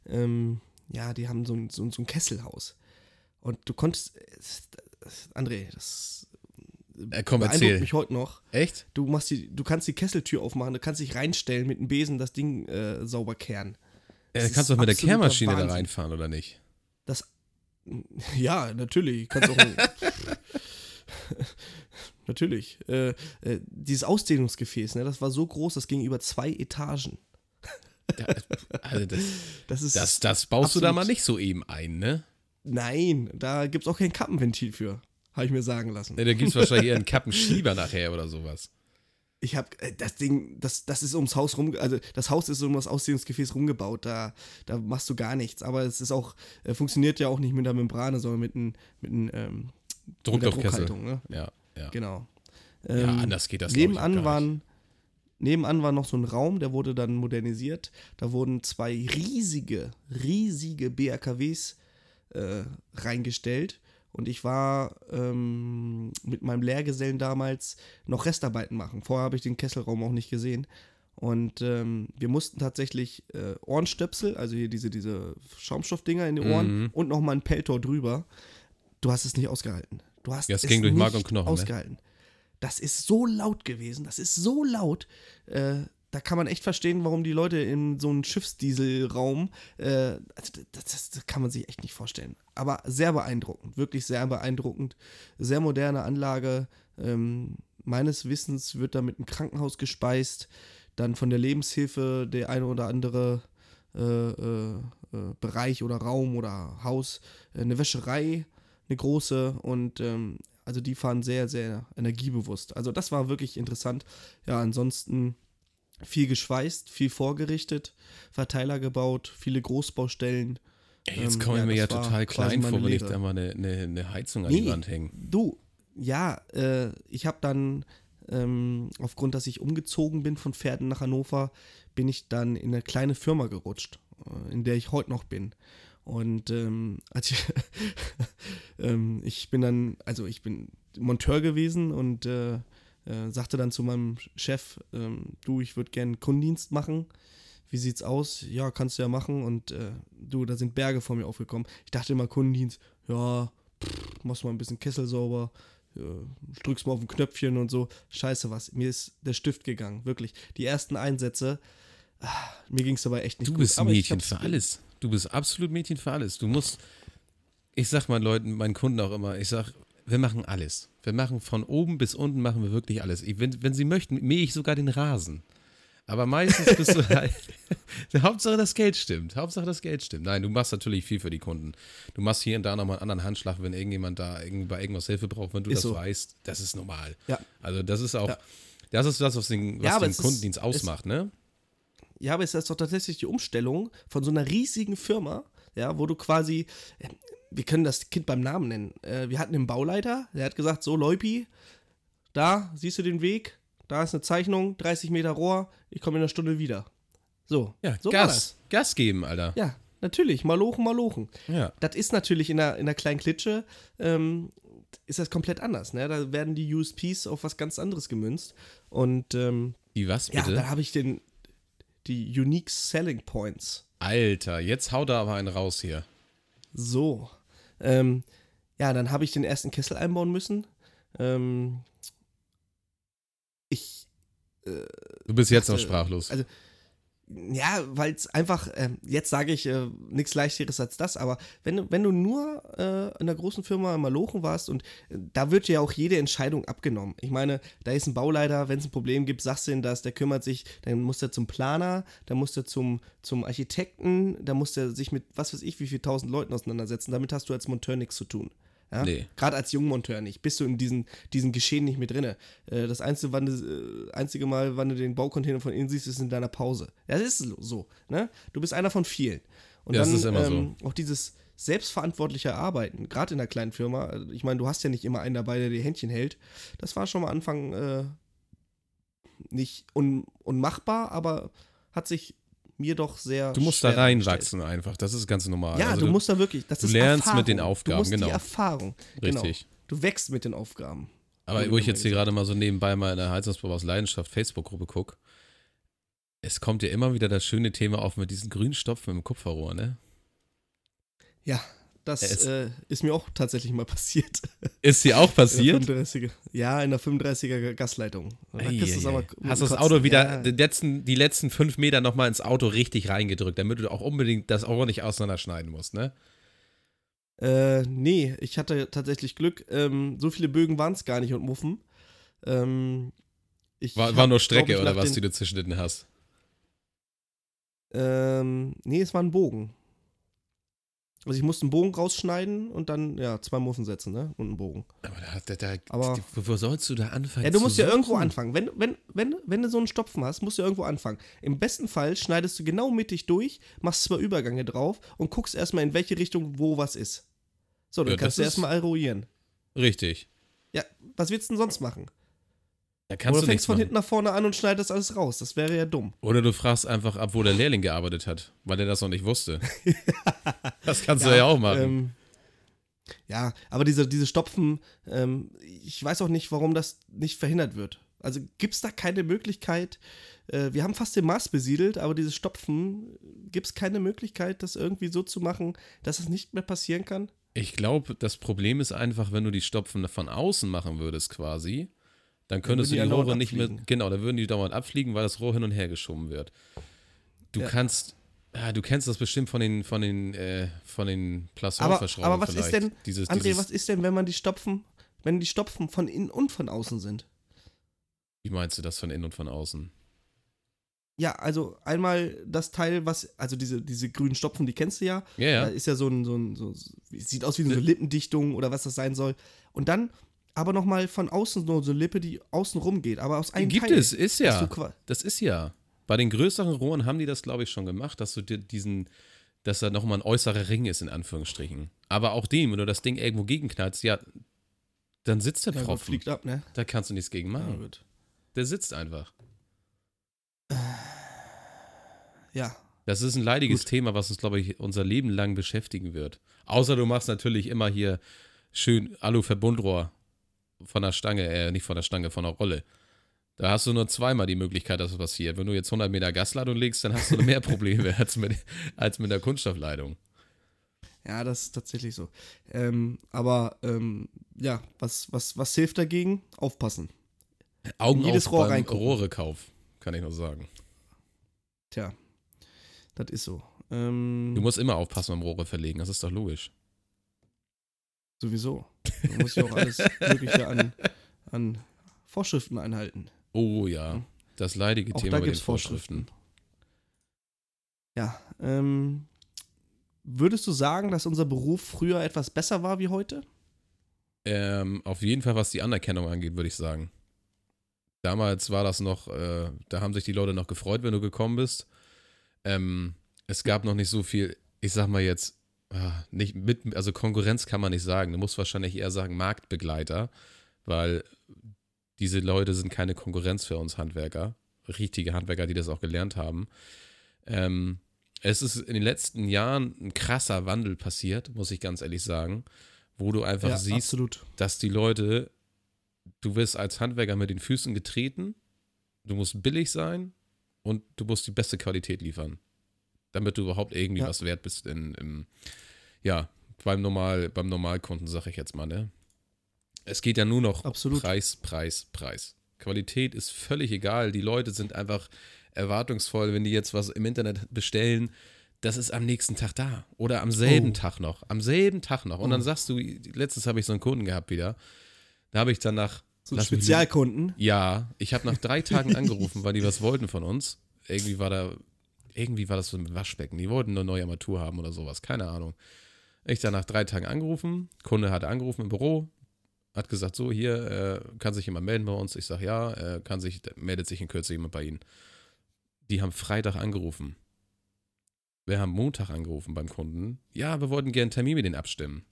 so ein Kesselhaus. Und du konntest, André, das Komm, beeindruckt erzähl. mich heute noch. Echt? Du kannst die Kesseltür aufmachen, du kannst dich reinstellen mit einem Besen, das Ding sauber kehren. Kannst du doch mit der absoluter Kehrmaschine da Wahnsinn. reinfahren, oder nicht? Ja, natürlich. Kannst auch natürlich. Dieses Ausdehnungsgefäß, ne, das war so groß, das ging über 2 Etagen. Also Das das baust du da absolut- mal nicht so eben ein, ne? Nein, da gibt es auch kein Kappenventil für, habe ich mir sagen lassen. Da gibt es wahrscheinlich eher einen Kappenschieber nachher oder sowas. Ich habe das Ding, das ist ums Haus rum, also das Haus ist um das Ausdehnungsgefäß rumgebaut, da machst du gar nichts. Aber es ist auch, funktioniert ja auch nicht mit der Membrane, sondern mit der Druckluftkessel. Druckhaltung, ne? Ja. Genau. Ja, anders geht das, glaub ich, auch gar nicht. Nebenan war noch so ein Raum, der wurde dann modernisiert. Da wurden 2 riesige BRKWs reingestellt. Und ich war mit meinem Lehrgesellen damals noch Restarbeiten machen. Vorher habe ich den Kesselraum auch nicht gesehen. Und wir mussten tatsächlich Ohrenstöpsel, also hier diese Schaumstoffdinger in die Ohren und nochmal ein Peltor drüber. Du hast es nicht ausgehalten. Du hast Das es ging durch nicht Mark und Knochen, ne? ausgehalten. Das ist so laut gewesen. Das ist so laut. Da kann man echt verstehen, warum die Leute in so einem Schiffsdieselraum, also das kann man sich echt nicht vorstellen. Aber sehr beeindruckend, wirklich sehr beeindruckend. Sehr moderne Anlage. Meines Wissens wird da mit einem Krankenhaus gespeist. Dann von der Lebenshilfe der eine oder andere Bereich oder Raum oder Haus. Eine Wäscherei, eine große und also die fahren sehr, sehr energiebewusst. Also das war wirklich interessant. Ja, ansonsten viel geschweißt, viel vorgerichtet, Verteiler gebaut, viele Großbaustellen. Jetzt komme ich mir ja das war total quasi klein meine vor, wenn ich Lehre. da mal eine Heizung an die Wand hänge. Du, ja, ich habe dann, aufgrund, dass ich umgezogen bin von Verden nach Hannover, bin ich dann in eine kleine Firma gerutscht, in der ich heute noch bin. Und ich bin Monteur gewesen und sagte dann zu meinem Chef, du, ich würde gerne Kundendienst machen. Wie sieht's aus? Ja, kannst du ja machen. Und da sind Berge vor mir aufgekommen. Ich dachte immer, Kundendienst, ja, machst mal ein bisschen Kessel sauber, drückst mal auf ein Knöpfchen und so. Scheiße was, mir ist der Stift gegangen, wirklich. Die ersten Einsätze, mir ging es dabei echt nicht Du gut. bist Aber ich Mädchen hab's- für alles. Du bist absolut Mädchen für alles. Du musst, ich sag meinen Kunden auch immer, ich sag, wir machen alles. Wir machen von oben bis unten machen wir wirklich alles. Wenn sie möchten, mähe ich sogar den Rasen. Aber meistens bist du halt, Hauptsache das Geld stimmt. Nein, du machst natürlich viel für die Kunden. Du machst hier und da nochmal einen anderen Handschlag, wenn irgendjemand da bei irgendwas Hilfe braucht, wenn du Ist das so. weißt. Das ist normal. Ja. Also das ist auch, Ja. das ist das, was den aber es ist- Kundendienst ausmacht, ne? Ja, aber es ist doch tatsächlich die Umstellung von so einer riesigen Firma, ja, wo du quasi, wir können das Kind beim Namen nennen. Wir hatten einen Bauleiter, der hat gesagt, so Leupi, da siehst du den Weg, da ist eine Zeichnung, 30 Meter Rohr, ich komme in einer Stunde wieder. So, Ja, so war das. Gas geben, Alter. Ja, natürlich, malochen. Ja. Das ist natürlich in einer kleinen Klitsche, ist das komplett anders. Ne? Da werden die USPs auf was ganz anderes gemünzt. Und Die was ja, bitte? da habe ich die Unique Selling Points. Alter, jetzt haut er aber einen raus hier. So. Ja, dann habe ich den ersten Kessel einbauen müssen. Du bist jetzt noch sprachlos. Also, ja, weil es einfach, jetzt sage ich nichts Leichteres als das, aber wenn du nur in einer großen Firma im Malochen warst und da wird dir auch jede Entscheidung abgenommen. Ich meine, da ist ein Bauleiter, wenn es ein Problem gibt, sagst du ihm das, der kümmert sich, dann muss der zum Planer, dann muss der zum Architekten, dann muss der sich mit, was weiß ich, wie viel 1000 Leuten auseinandersetzen. Damit hast du als Monteur nichts zu tun. Ja? Nee. Gerade als Jungmonteur nicht. Bist du in diesen Geschehen nicht mit drin. Das einzige Mal, wann du den Baucontainer von innen siehst, ist in deiner Pause. Ja, das ist so. Ne? Du bist einer von vielen. Und Ja, dann das ist immer so. auch dieses selbstverantwortliche Arbeiten, gerade in einer kleinen Firma. Ich meine, du hast ja nicht immer einen dabei, der dir Händchen hält. Das war schon am Anfang nicht unmachbar, aber hat sich mir doch sehr. Du musst da reinwachsen einfach, das ist ganz normal. Ja, also du musst da wirklich, das du ist lernst Erfahrung. mit den Aufgaben, du musst genau. Die Erfahrung. Richtig. Genau. Du wächst mit den Aufgaben. Aber wo ich jetzt hier gerade mal so nebenbei mal in der Heizungsbau aus Leidenschaft Facebook-Gruppe gucke, es kommt ja immer wieder das schöne Thema auf mit diesen Grünstopfen im Kupferrohr, ne? Ja, das ist mir auch tatsächlich mal passiert. Ist dir auch passiert? Ja, in der 35er Gasleitung. Hast du das Auto wieder die letzten 5 Meter nochmal ins Auto richtig reingedrückt, damit du auch unbedingt das Rohr nicht auseinanderschneiden musst, ne? Nee, ich hatte tatsächlich Glück. So viele Bögen waren es gar nicht und Muffen. War nur Strecke oder was, die du zerschnitten hast? Nee, es war ein Bogen. Also ich musste einen Bogen rausschneiden und dann, ja, 2 Muffen setzen, ne? Und einen Bogen. Aber wo sollst du da anfangen? Ja, du musst ja irgendwo anfangen. Wenn du so einen Stopfen hast, musst du irgendwo anfangen. Im besten Fall schneidest du genau mittig durch, machst 2 Übergänge drauf und guckst erstmal, in welche Richtung wo was ist. So, dann kannst du erstmal eruieren. Richtig. Ja, was willst du denn sonst machen? Da kannst Oder du fängst von hinten nach vorne an und schneidest alles raus. Das wäre ja dumm. Oder du fragst einfach ab, wo der Lehrling gearbeitet hat, weil der das noch nicht wusste. Das kannst du ja auch machen. Ja, aber diese Stopfen, ich weiß auch nicht, warum das nicht verhindert wird. Also gibt es da keine Möglichkeit, wir haben fast den Mars besiedelt, aber diese Stopfen, gibt es keine Möglichkeit, das irgendwie so zu machen, dass es nicht mehr passieren kann? Ich glaube, das Problem ist einfach, wenn du die Stopfen von außen machen würdest quasi, dann könntest du die Rohre nicht mehr, genau, dann würden die dauernd abfliegen, weil das Rohr hin und her geschoben wird. Du kennst das bestimmt von den Plasson-Verschraubern. Aber was ist denn, André, was ist denn, wenn die Stopfen von innen und von außen sind? Wie meinst du das von innen und von außen? Ja, also einmal das Teil, also diese grünen Stopfen, die kennst du ja. Ja, ja. Da ist ja so sieht aus wie so eine Lippendichtung oder was das sein soll. Und dann aber nochmal von außen so eine Lippe, die außen rum geht, aber aus einem Teil. Das ist ja. Bei den größeren Rohren haben die das, glaube ich, schon gemacht, dass du dass da nochmal ein äußerer Ring ist, in Anführungsstrichen. Aber auch wenn du das Ding irgendwo gegenknallst, ja, dann sitzt der Pfropfen. Fliegt ab, ne? Da kannst du nichts gegen machen. Ja, gut. Der sitzt einfach. Ja. Das ist ein leidiges Thema, was uns, glaube ich, unser Leben lang beschäftigen wird. Außer du machst natürlich immer hier schön Alu-Verbundrohr von der Stange, nicht von der Stange, von der Rolle. Da hast du nur zweimal die Möglichkeit, dass was passiert. Wenn du jetzt 100 Meter Gasladung legst, dann hast du mehr Probleme als mit der Kunststoffleitung. Ja, das ist tatsächlich so. Aber ja, was hilft dagegen? Aufpassen. Augen jedes auf Rohr beim reingucken. Rohrekauf, kann ich nur sagen. Tja, das ist so. Du musst immer aufpassen beim Rohre verlegen, das ist doch logisch. Sowieso. Man muss ja auch alles Mögliche an Vorschriften einhalten. Oh ja, das leidige auch Thema da mit den Vorschriften. Ja, würdest du sagen, dass unser Beruf früher etwas besser war wie heute? Auf jeden Fall, was die Anerkennung angeht, würde ich sagen. Damals war das noch, da haben sich die Leute noch gefreut, wenn du gekommen bist. Es gab noch nicht so viel, ich sag mal jetzt, also Konkurrenz kann man nicht sagen. Du musst wahrscheinlich eher sagen Marktbegleiter, weil Diese Leute sind keine Konkurrenz für uns Handwerker, richtige Handwerker, die das auch gelernt haben. Es ist in den letzten Jahren ein krasser Wandel passiert, muss ich ganz ehrlich sagen, wo du einfach siehst, absolut. dass die Leute, du wirst als Handwerker mit den Füßen getreten, du musst billig sein und du musst die beste Qualität liefern, damit du überhaupt irgendwie was wert bist beim Normalkunden, sag ich jetzt mal, ne? Es geht ja nur noch Preis, Preis, Preis. Qualität ist völlig egal. Die Leute sind einfach erwartungsvoll, wenn die jetzt was im Internet bestellen. Das ist am nächsten Tag da. Oder am selben Tag noch. Am selben Tag noch. Und dann sagst du, letztens habe ich so einen Kunden gehabt wieder. Da habe ich dann nach. So einen Spezialkunden? Ja, ich habe nach 3 Tagen angerufen, weil die was wollten von uns. Irgendwie war das so ein Waschbecken. Die wollten eine neue Armatur haben oder sowas. Keine Ahnung. Ich dann nach 3 Tagen angerufen. Kunde hatte angerufen im Büro. Hat gesagt, so, hier, kann sich jemand melden bei uns? Ich sage, ja, meldet sich in Kürze jemand bei Ihnen. Die haben Freitag angerufen. Wir haben Montag angerufen beim Kunden. Ja, wir wollten gerne einen Termin mit denen abstimmen.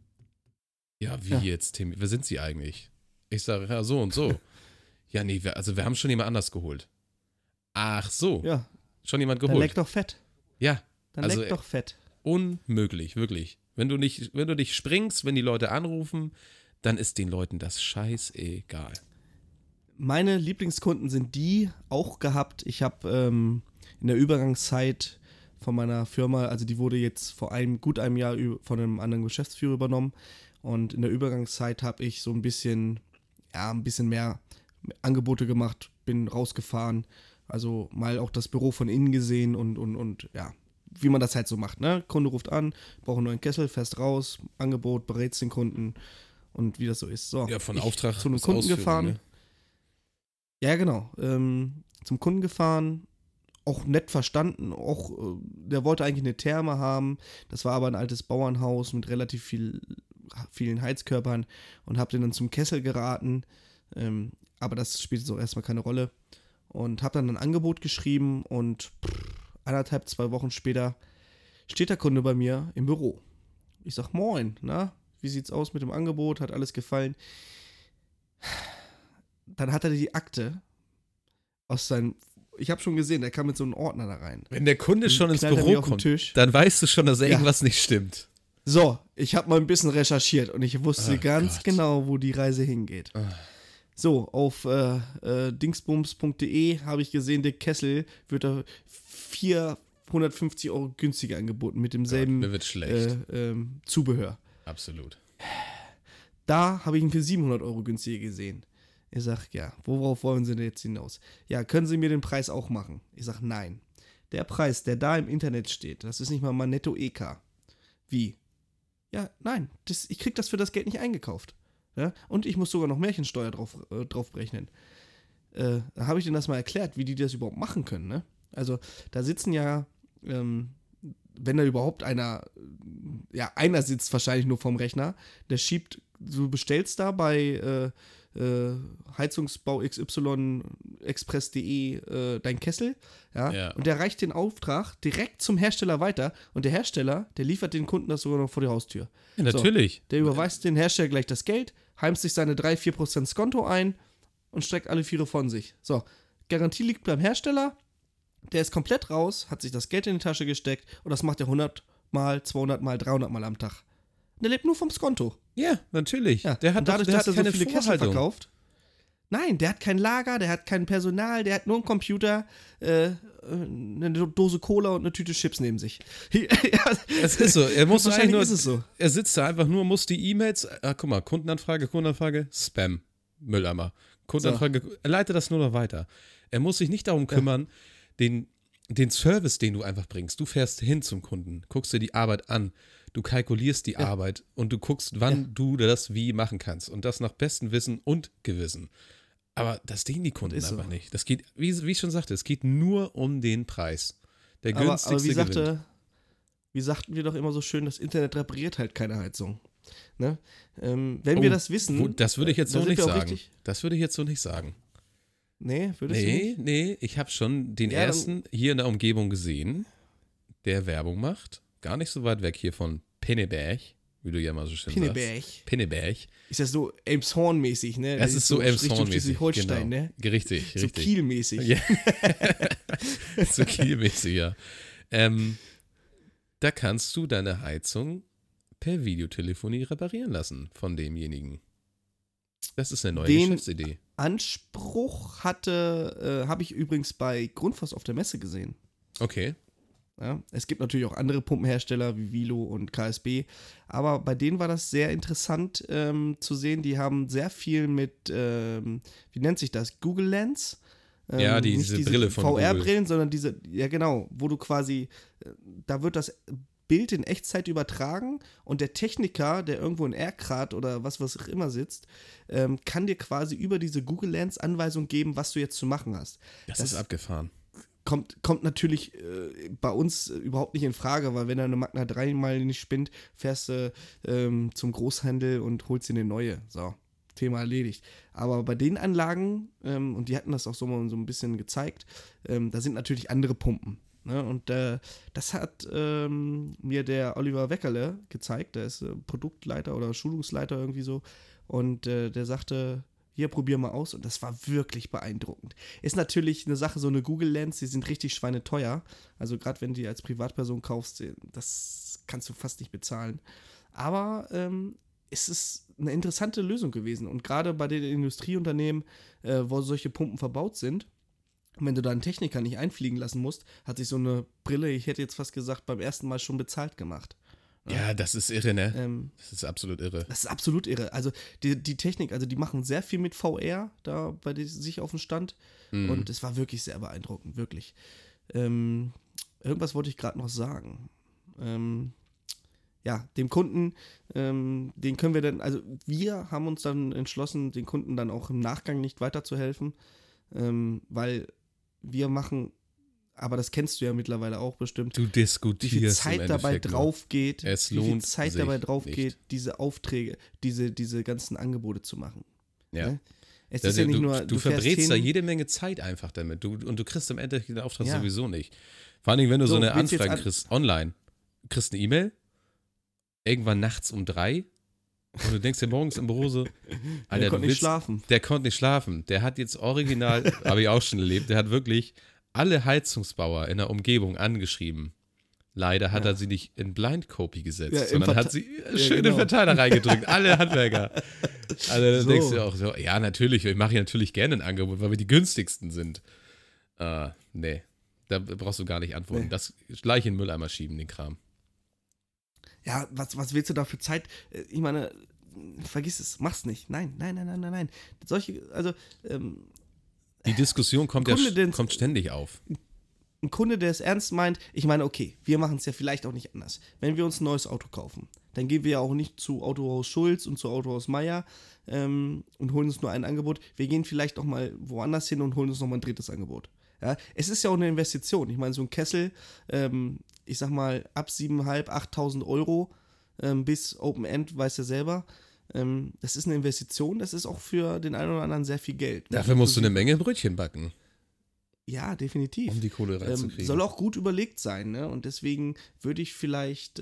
Ja, wie jetzt, Termin? Wer sind Sie eigentlich? Ich sage, ja, so und so. Ja, nee, wir haben schon jemand anders geholt. Ach so. Ja. Schon jemand geholt. Dann leck doch fett. Ja. Dann leck doch fett. Unmöglich, wirklich. Wenn du dich springst, wenn die Leute anrufen, dann ist den Leuten das scheißegal. Meine Lieblingskunden sind die auch gehabt. Ich habe in der Übergangszeit von meiner Firma, also die wurde jetzt vor gut einem Jahr von einem anderen Geschäftsführer übernommen. Und in der Übergangszeit habe ich so ein bisschen mehr Angebote gemacht, bin rausgefahren, also mal auch das Büro von innen gesehen und wie man das halt so macht, ne? Kunde ruft an, braucht einen neuen Kessel, fährst raus, Angebot, berätst den Kunden und wie das so ist. So, ja, von Auftrag zu einem Kunden gefahren. Ne? Ja, genau. Zum Kunden gefahren, auch nett verstanden, der wollte eigentlich eine Therme haben, das war aber ein altes Bauernhaus mit relativ vielen Heizkörpern und habe den dann zum Kessel geraten, aber das spielt so erstmal keine Rolle und habe dann ein Angebot geschrieben und 1,5-2 Wochen später steht der Kunde bei mir im Büro. Ich sag, moin, na, wie sieht's aus mit dem Angebot, hat alles gefallen? Dann hat er die Akte aus seinem, ich habe schon gesehen, der kam mit so einem Ordner da rein. Wenn der Kunde schon ins Büro kommt, dann weißt du schon, dass irgendwas nicht stimmt. So, ich habe mal ein bisschen recherchiert und ich wusste ganz genau, wo die Reise hingeht. So, auf dingsbums.de habe ich gesehen, der Kessel wird da 450 € günstiger angeboten mit demselben mir wird schlecht. Zubehör. Absolut. Da habe ich ihn für 700 € günstiger gesehen. Ich sage, ja, worauf wollen Sie denn jetzt hinaus? Ja, können Sie mir den Preis auch machen? Ich sage, nein. Der Preis, der da im Internet steht, das ist nicht mal netto EK. Wie? Ja, nein, ich krieg das für das Geld nicht eingekauft. Ja? Und ich muss sogar noch Märchensteuer drauf berechnen. Da habe ich denen das mal erklärt, wie die das überhaupt machen können. Ne? Also da sitzen ja, wenn da überhaupt einer sitzt wahrscheinlich nur vorm Rechner, der schiebt, du bestellst da bei Heizungsbau XY Express.de dein Kessel, und der reicht den Auftrag direkt zum Hersteller weiter und der Hersteller, der liefert den Kunden das sogar noch vor die Haustür. Ja, natürlich. So, der überweist den Hersteller gleich das Geld, heimst sich seine 3-4% Skonto ein und streckt alle Viere von sich. So, Garantie liegt beim Hersteller, der ist komplett raus, hat sich das Geld in die Tasche gesteckt und das macht er 100 Mal, 200 Mal, 300 Mal am Tag. Der lebt nur vom Skonto. Ja, natürlich. Ja. Der hat dadurch, dass er so keine viele Kessel verkauft. Nein, der hat kein Lager, der hat kein Personal, der hat nur einen Computer, eine Dose Cola und eine Tüte Chips neben sich. Es ist so. Er muss wahrscheinlich nur, ist es so. Er sitzt da einfach nur, muss die E-Mails, guck mal, Kundenanfrage, Spam, Mülleimer. Kundenanfrage, er leitet das nur noch weiter. Er muss sich nicht darum kümmern, den Service, den du einfach bringst. Du fährst hin zum Kunden, guckst dir die Arbeit an, du kalkulierst die Arbeit und du guckst, wann du das wie machen kannst. Und das nach bestem Wissen und Gewissen. Aber das sehen die Kunden einfach nicht. Das geht, wie ich schon sagte, es geht nur um den Preis. Der günstigste gewinnt. Wie sagten wir doch immer so schön, das Internet repariert halt keine Heizung. Ne? Wenn wir das wissen. Das würde ich jetzt so nicht sagen. Das würde ich jetzt so nicht sagen. Nee, würdest du nicht? Nee, ich habe schon den ersten hier in der Umgebung gesehen, der Werbung macht. Gar nicht so weit weg hier von Pinneberg. wie du ja mal so schön Pinneberg. sagst. Pinneberg. Ist das so Elmshorn-mäßig, ne? Es ist so Elmshorn-mäßig. Schleswig-Holstein, genau. ne? Richtig, So richtig. Kiel-mäßig. Ja. So Kiel-mäßig, ja. Da kannst du deine Heizung per Videotelefonie reparieren lassen von demjenigen. Das ist eine neue Geschäftsidee. Anspruch habe ich übrigens bei Grundfos auf der Messe gesehen. Okay. Ja, es gibt natürlich auch andere Pumpenhersteller wie Vilo und KSB, aber bei denen war das sehr interessant zu sehen. Die haben sehr viel mit, wie nennt sich das, Google Lens? Ja, Nicht diese Brille von Google. VR-Brillen, sondern diese, ja genau, wo du quasi, da wird das Bild in Echtzeit übertragen und der Techniker, der irgendwo in Erkrath oder was auch immer sitzt, kann dir quasi über diese Google Lens Anweisung geben, was du jetzt zu machen hast. Das ist abgefahren. Kommt natürlich bei uns überhaupt nicht in Frage, weil wenn deine Magna 3 mal nicht spinnt, fährst du zum Großhandel und holst dir eine neue. So, Thema erledigt. Aber bei den Anlagen, und die hatten das auch so mal so ein bisschen gezeigt, da sind natürlich andere Pumpen. Ne? Und das hat mir der Oliver Weckerle gezeigt, der ist Produktleiter oder Schulungsleiter irgendwie so. Und der sagte, hier, probier mal aus. Und das war wirklich beeindruckend. Ist natürlich eine Sache, so eine Google Lens, die sind richtig schweineteuer. Also gerade wenn du die als Privatperson kaufst, das kannst du fast nicht bezahlen. Aber es ist eine interessante Lösung gewesen. Und gerade bei den Industrieunternehmen, wo solche Pumpen verbaut sind, wenn du da einen Techniker nicht einfliegen lassen musst, hat sich so eine Brille, ich hätte jetzt fast gesagt, beim ersten Mal schon bezahlt gemacht. Ja, das ist irre, ne? Das ist absolut irre. Das ist absolut irre. Also die Technik, also die machen sehr viel mit VR da bei sich auf dem Stand. Und es war wirklich sehr beeindruckend, wirklich. Irgendwas wollte ich gerade noch sagen. Ja, dem Kunden, den können wir dann, also wir haben uns dann entschlossen, den Kunden dann auch im Nachgang nicht weiterzuhelfen, weil wir machen, aber das kennst du ja mittlerweile auch bestimmt, Du diskutierst wie viel Zeit dabei drauf geht, Es wie viel lohnt Zeit sich dabei drauf nicht. geht, diese Aufträge, diese ganzen Angebote zu machen. Ja. Ne? Es ist ja nicht nur, du fährst verbrätst da hin, jede Menge Zeit einfach damit. Und du kriegst im Endeffekt den Auftrag Ja. sowieso nicht. Vor allen Dingen, wenn du so eine willst du jetzt Anfrage kriegst, online, kriegst eine E-Mail, irgendwann nachts um 3 und du denkst dir morgens im Büro so, Alter, der konnte du nicht willst, schlafen. der konnte nicht schlafen. Der hat jetzt original, habe ich auch schon erlebt, der hat wirklich alle Heizungsbauer in der Umgebung angeschrieben. Leider hat er sie nicht in Blind Copy gesetzt, Ja, im sondern hat sie schön in den Verteiler reingedrückt. Alle Handwerker. Also dann So. denkst du auch so, ja natürlich, ich mache ja natürlich gerne ein Angebot, weil wir die günstigsten sind. Nee, da brauchst du gar nicht antworten. Nee. Das gleich in den Mülleimer schieben, den Kram. Ja, was willst du da für Zeit? Ich meine, vergiss es, mach's nicht. Nein. Solche, also, Die Diskussion kommt kommt ständig auf. ein Kunde, der es ernst meint, ich meine, okay, wir machen es ja vielleicht auch nicht anders. Wenn wir uns ein neues Auto kaufen, dann gehen wir ja auch nicht zu Autohaus Schulz und zu Autohaus Meier und holen uns nur ein Angebot. Wir gehen vielleicht auch mal woanders hin und holen uns nochmal ein drittes Angebot. Ja, es ist ja auch eine Investition. Ich meine, so ein Kessel, ich sag mal, ab 7.500, 8.000 Euro bis Open End, weiß er selber. Das ist eine Investition, das ist auch für den einen oder anderen sehr viel Geld. Ne? Dafür musst du eine Menge Brötchen backen, Ja, definitiv. um die Kohle reinzukriegen. Soll auch gut überlegt sein, ne? Und deswegen würde ich vielleicht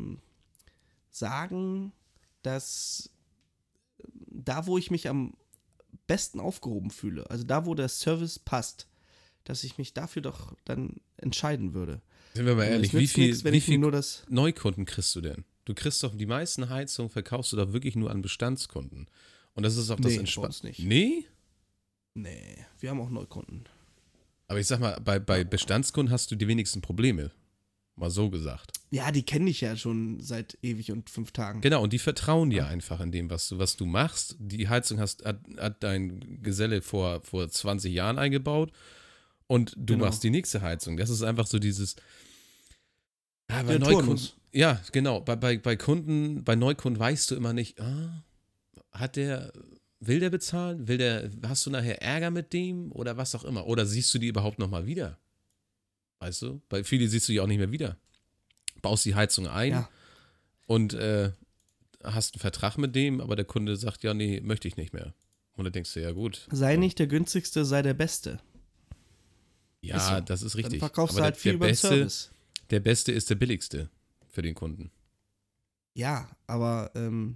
sagen, dass da, wo ich mich am besten aufgehoben fühle, also da, wo der Service passt, dass ich mich dafür doch dann entscheiden würde. Sind wir mal ehrlich, Es wie nützt viel, nichts, wenn wie ich mir viel nur das Neukunden kriegst du denn? Du kriegst doch die meisten Heizungen, verkaufst du doch wirklich nur an Bestandskunden. Und das ist auch das Nee, bei Entspannende. uns nicht. Nee? Nee, wir haben auch Neukunden. Aber ich sag mal, bei Bestandskunden hast du die wenigsten Probleme. Mal so gesagt. Ja, die kenne ich ja schon seit ewig und 5 Tagen. Genau, und die vertrauen dir einfach in dem, was du machst. Die Heizung hat dein Geselle vor 20 Jahren eingebaut und du Genau. machst die nächste Heizung. Das ist einfach so dieses. Ja, bei Der Neukunden. Turnus. Ja, genau. Bei Neukunden weißt du immer nicht, will der bezahlen? Hast du nachher Ärger mit dem oder was auch immer? Oder siehst du die überhaupt nochmal wieder? Weißt du? Bei vielen siehst du die auch nicht mehr wieder. Baust die Heizung ein Ja. und hast einen Vertrag mit dem, aber der Kunde sagt, ja, nee, möchte ich nicht mehr. Und dann denkst du, ja gut. Sei nicht der günstigste, sei der Beste. Ja, Ist so. das ist richtig. Dann verkaufst aber du halt viel über den Service. Der Beste ist der billigste für den Kunden. Ja, aber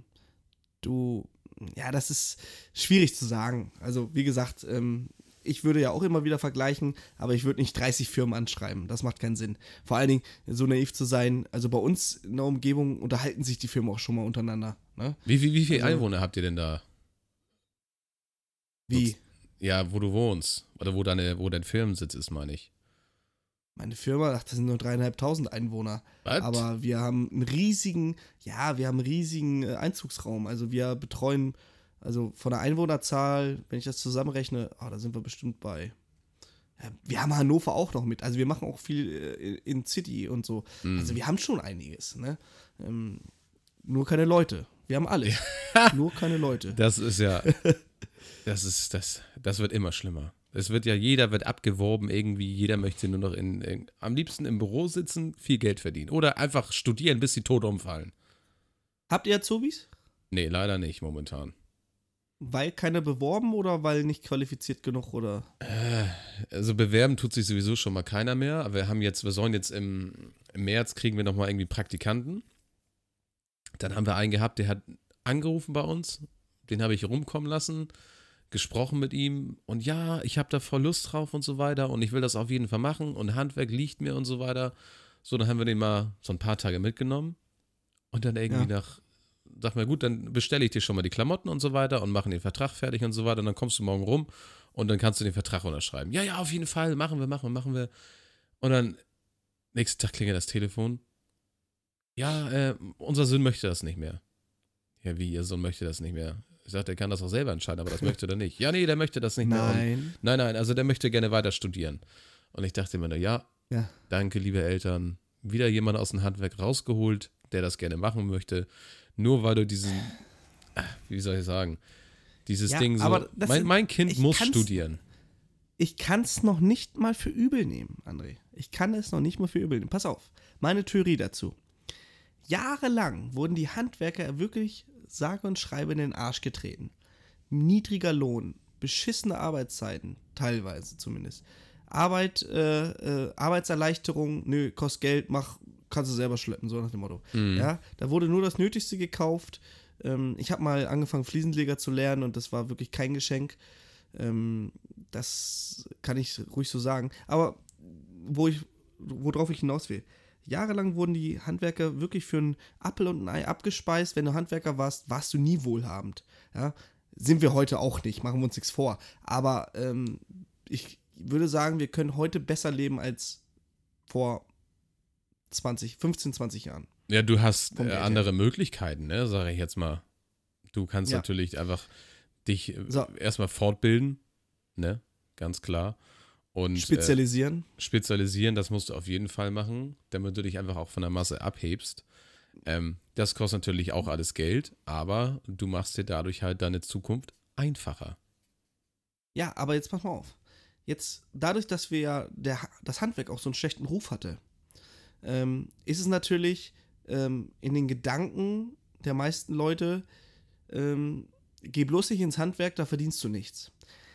das ist schwierig zu sagen. Also, wie gesagt, ich würde ja auch immer wieder vergleichen, aber ich würde nicht 30 Firmen anschreiben. Das macht keinen Sinn. Vor allen Dingen, so naiv zu sein, also bei uns in der Umgebung unterhalten sich die Firmen auch schon mal untereinander. Ne? Wie viele Einwohner habt ihr denn da? Wie? Ja, wo du wohnst. Oder wo dein Firmensitz ist, meine ich. Meine Firma, das sind nur 3.500 Einwohner. Was? Aber wir haben einen riesigen Einzugsraum. Also wir betreuen, also von der Einwohnerzahl, wenn ich das zusammenrechne, da sind wir bestimmt bei. Ja, wir haben Hannover auch noch mit. Also wir machen auch viel in City und so. Also wir haben schon einiges. Ne? Nur keine Leute. Wir haben alles. Nur keine Leute. Das ist ja. Das wird immer schlimmer. Jeder wird abgeworben irgendwie, jeder möchte nur noch am liebsten im Büro sitzen, viel Geld verdienen. Oder einfach studieren, bis sie tot umfallen. Habt ihr Azubis? Nee, leider nicht momentan. Weil keiner beworben oder weil nicht qualifiziert genug oder? Also bewerben tut sich sowieso schon mal keiner mehr. Aber wir sollen jetzt im März kriegen wir nochmal irgendwie Praktikanten. Dann haben wir einen gehabt, der hat angerufen bei uns. Den habe ich rumkommen lassen. Gesprochen mit ihm und ja, ich habe da voll Lust drauf und so weiter und ich will das auf jeden Fall machen und Handwerk liegt mir und so weiter. So, dann haben wir den mal so ein paar Tage mitgenommen und dann irgendwie sag mal gut, dann bestelle ich dir schon mal die Klamotten und so weiter und machen den Vertrag fertig und so weiter und dann kommst du morgen rum und dann kannst du den Vertrag unterschreiben. Ja, auf jeden Fall, machen wir. Und dann, nächsten Tag klingelt das Telefon. Ja, unser Sohn möchte das nicht mehr. Ja, wie, ihr Sohn möchte das nicht mehr? Ich sagte, er kann das auch selber entscheiden, aber das möchte er nicht. Ja, nee, der möchte das nicht mehr. Und, nein, also der möchte gerne weiter studieren. Und ich dachte mir nur, ja, danke, liebe Eltern. Wieder jemand aus dem Handwerk rausgeholt, der das gerne machen möchte. Nur weil du wie soll ich sagen, dieses Ding so, mein Kind muss studieren. Ich kann es noch nicht mal für übel nehmen, André. Ich kann es noch nicht mal für übel nehmen. Pass auf, meine Theorie dazu. Jahrelang wurden die Handwerker wirklich sage und schreibe in den Arsch getreten. Niedriger Lohn, beschissene Arbeitszeiten, teilweise zumindest. Arbeitserleichterung, nö, kostet Geld, kannst du selber schleppen, so nach dem Motto. Ja, da wurde nur das Nötigste gekauft. Ich habe mal angefangen, Fliesenleger zu lernen und das war wirklich kein Geschenk. Das kann ich ruhig so sagen. Aber worauf ich hinaus will, jahrelang wurden die Handwerker wirklich für einen Appel und ein Ei abgespeist. Wenn du Handwerker warst, warst du nie wohlhabend. Ja? Sind wir heute auch nicht, machen wir uns nichts vor. Aber ich würde sagen, wir können heute besser leben als vor 15, 20 Jahren. Ja, du hast andere Möglichkeiten, ne, sage ich jetzt mal. Du kannst natürlich einfach dich erstmal fortbilden, ne, ganz klar. Und spezialisieren, das musst du auf jeden Fall machen, damit du dich einfach auch von der Masse abhebst. Das kostet natürlich auch alles Geld, aber du machst dir dadurch halt deine Zukunft einfacher. Ja, aber jetzt pass mal auf. Jetzt, dadurch, dass wir ja das Handwerk auch so einen schlechten Ruf hatte, ist es natürlich in den Gedanken der meisten Leute, geh bloß nicht ins Handwerk, da verdienst du nichts.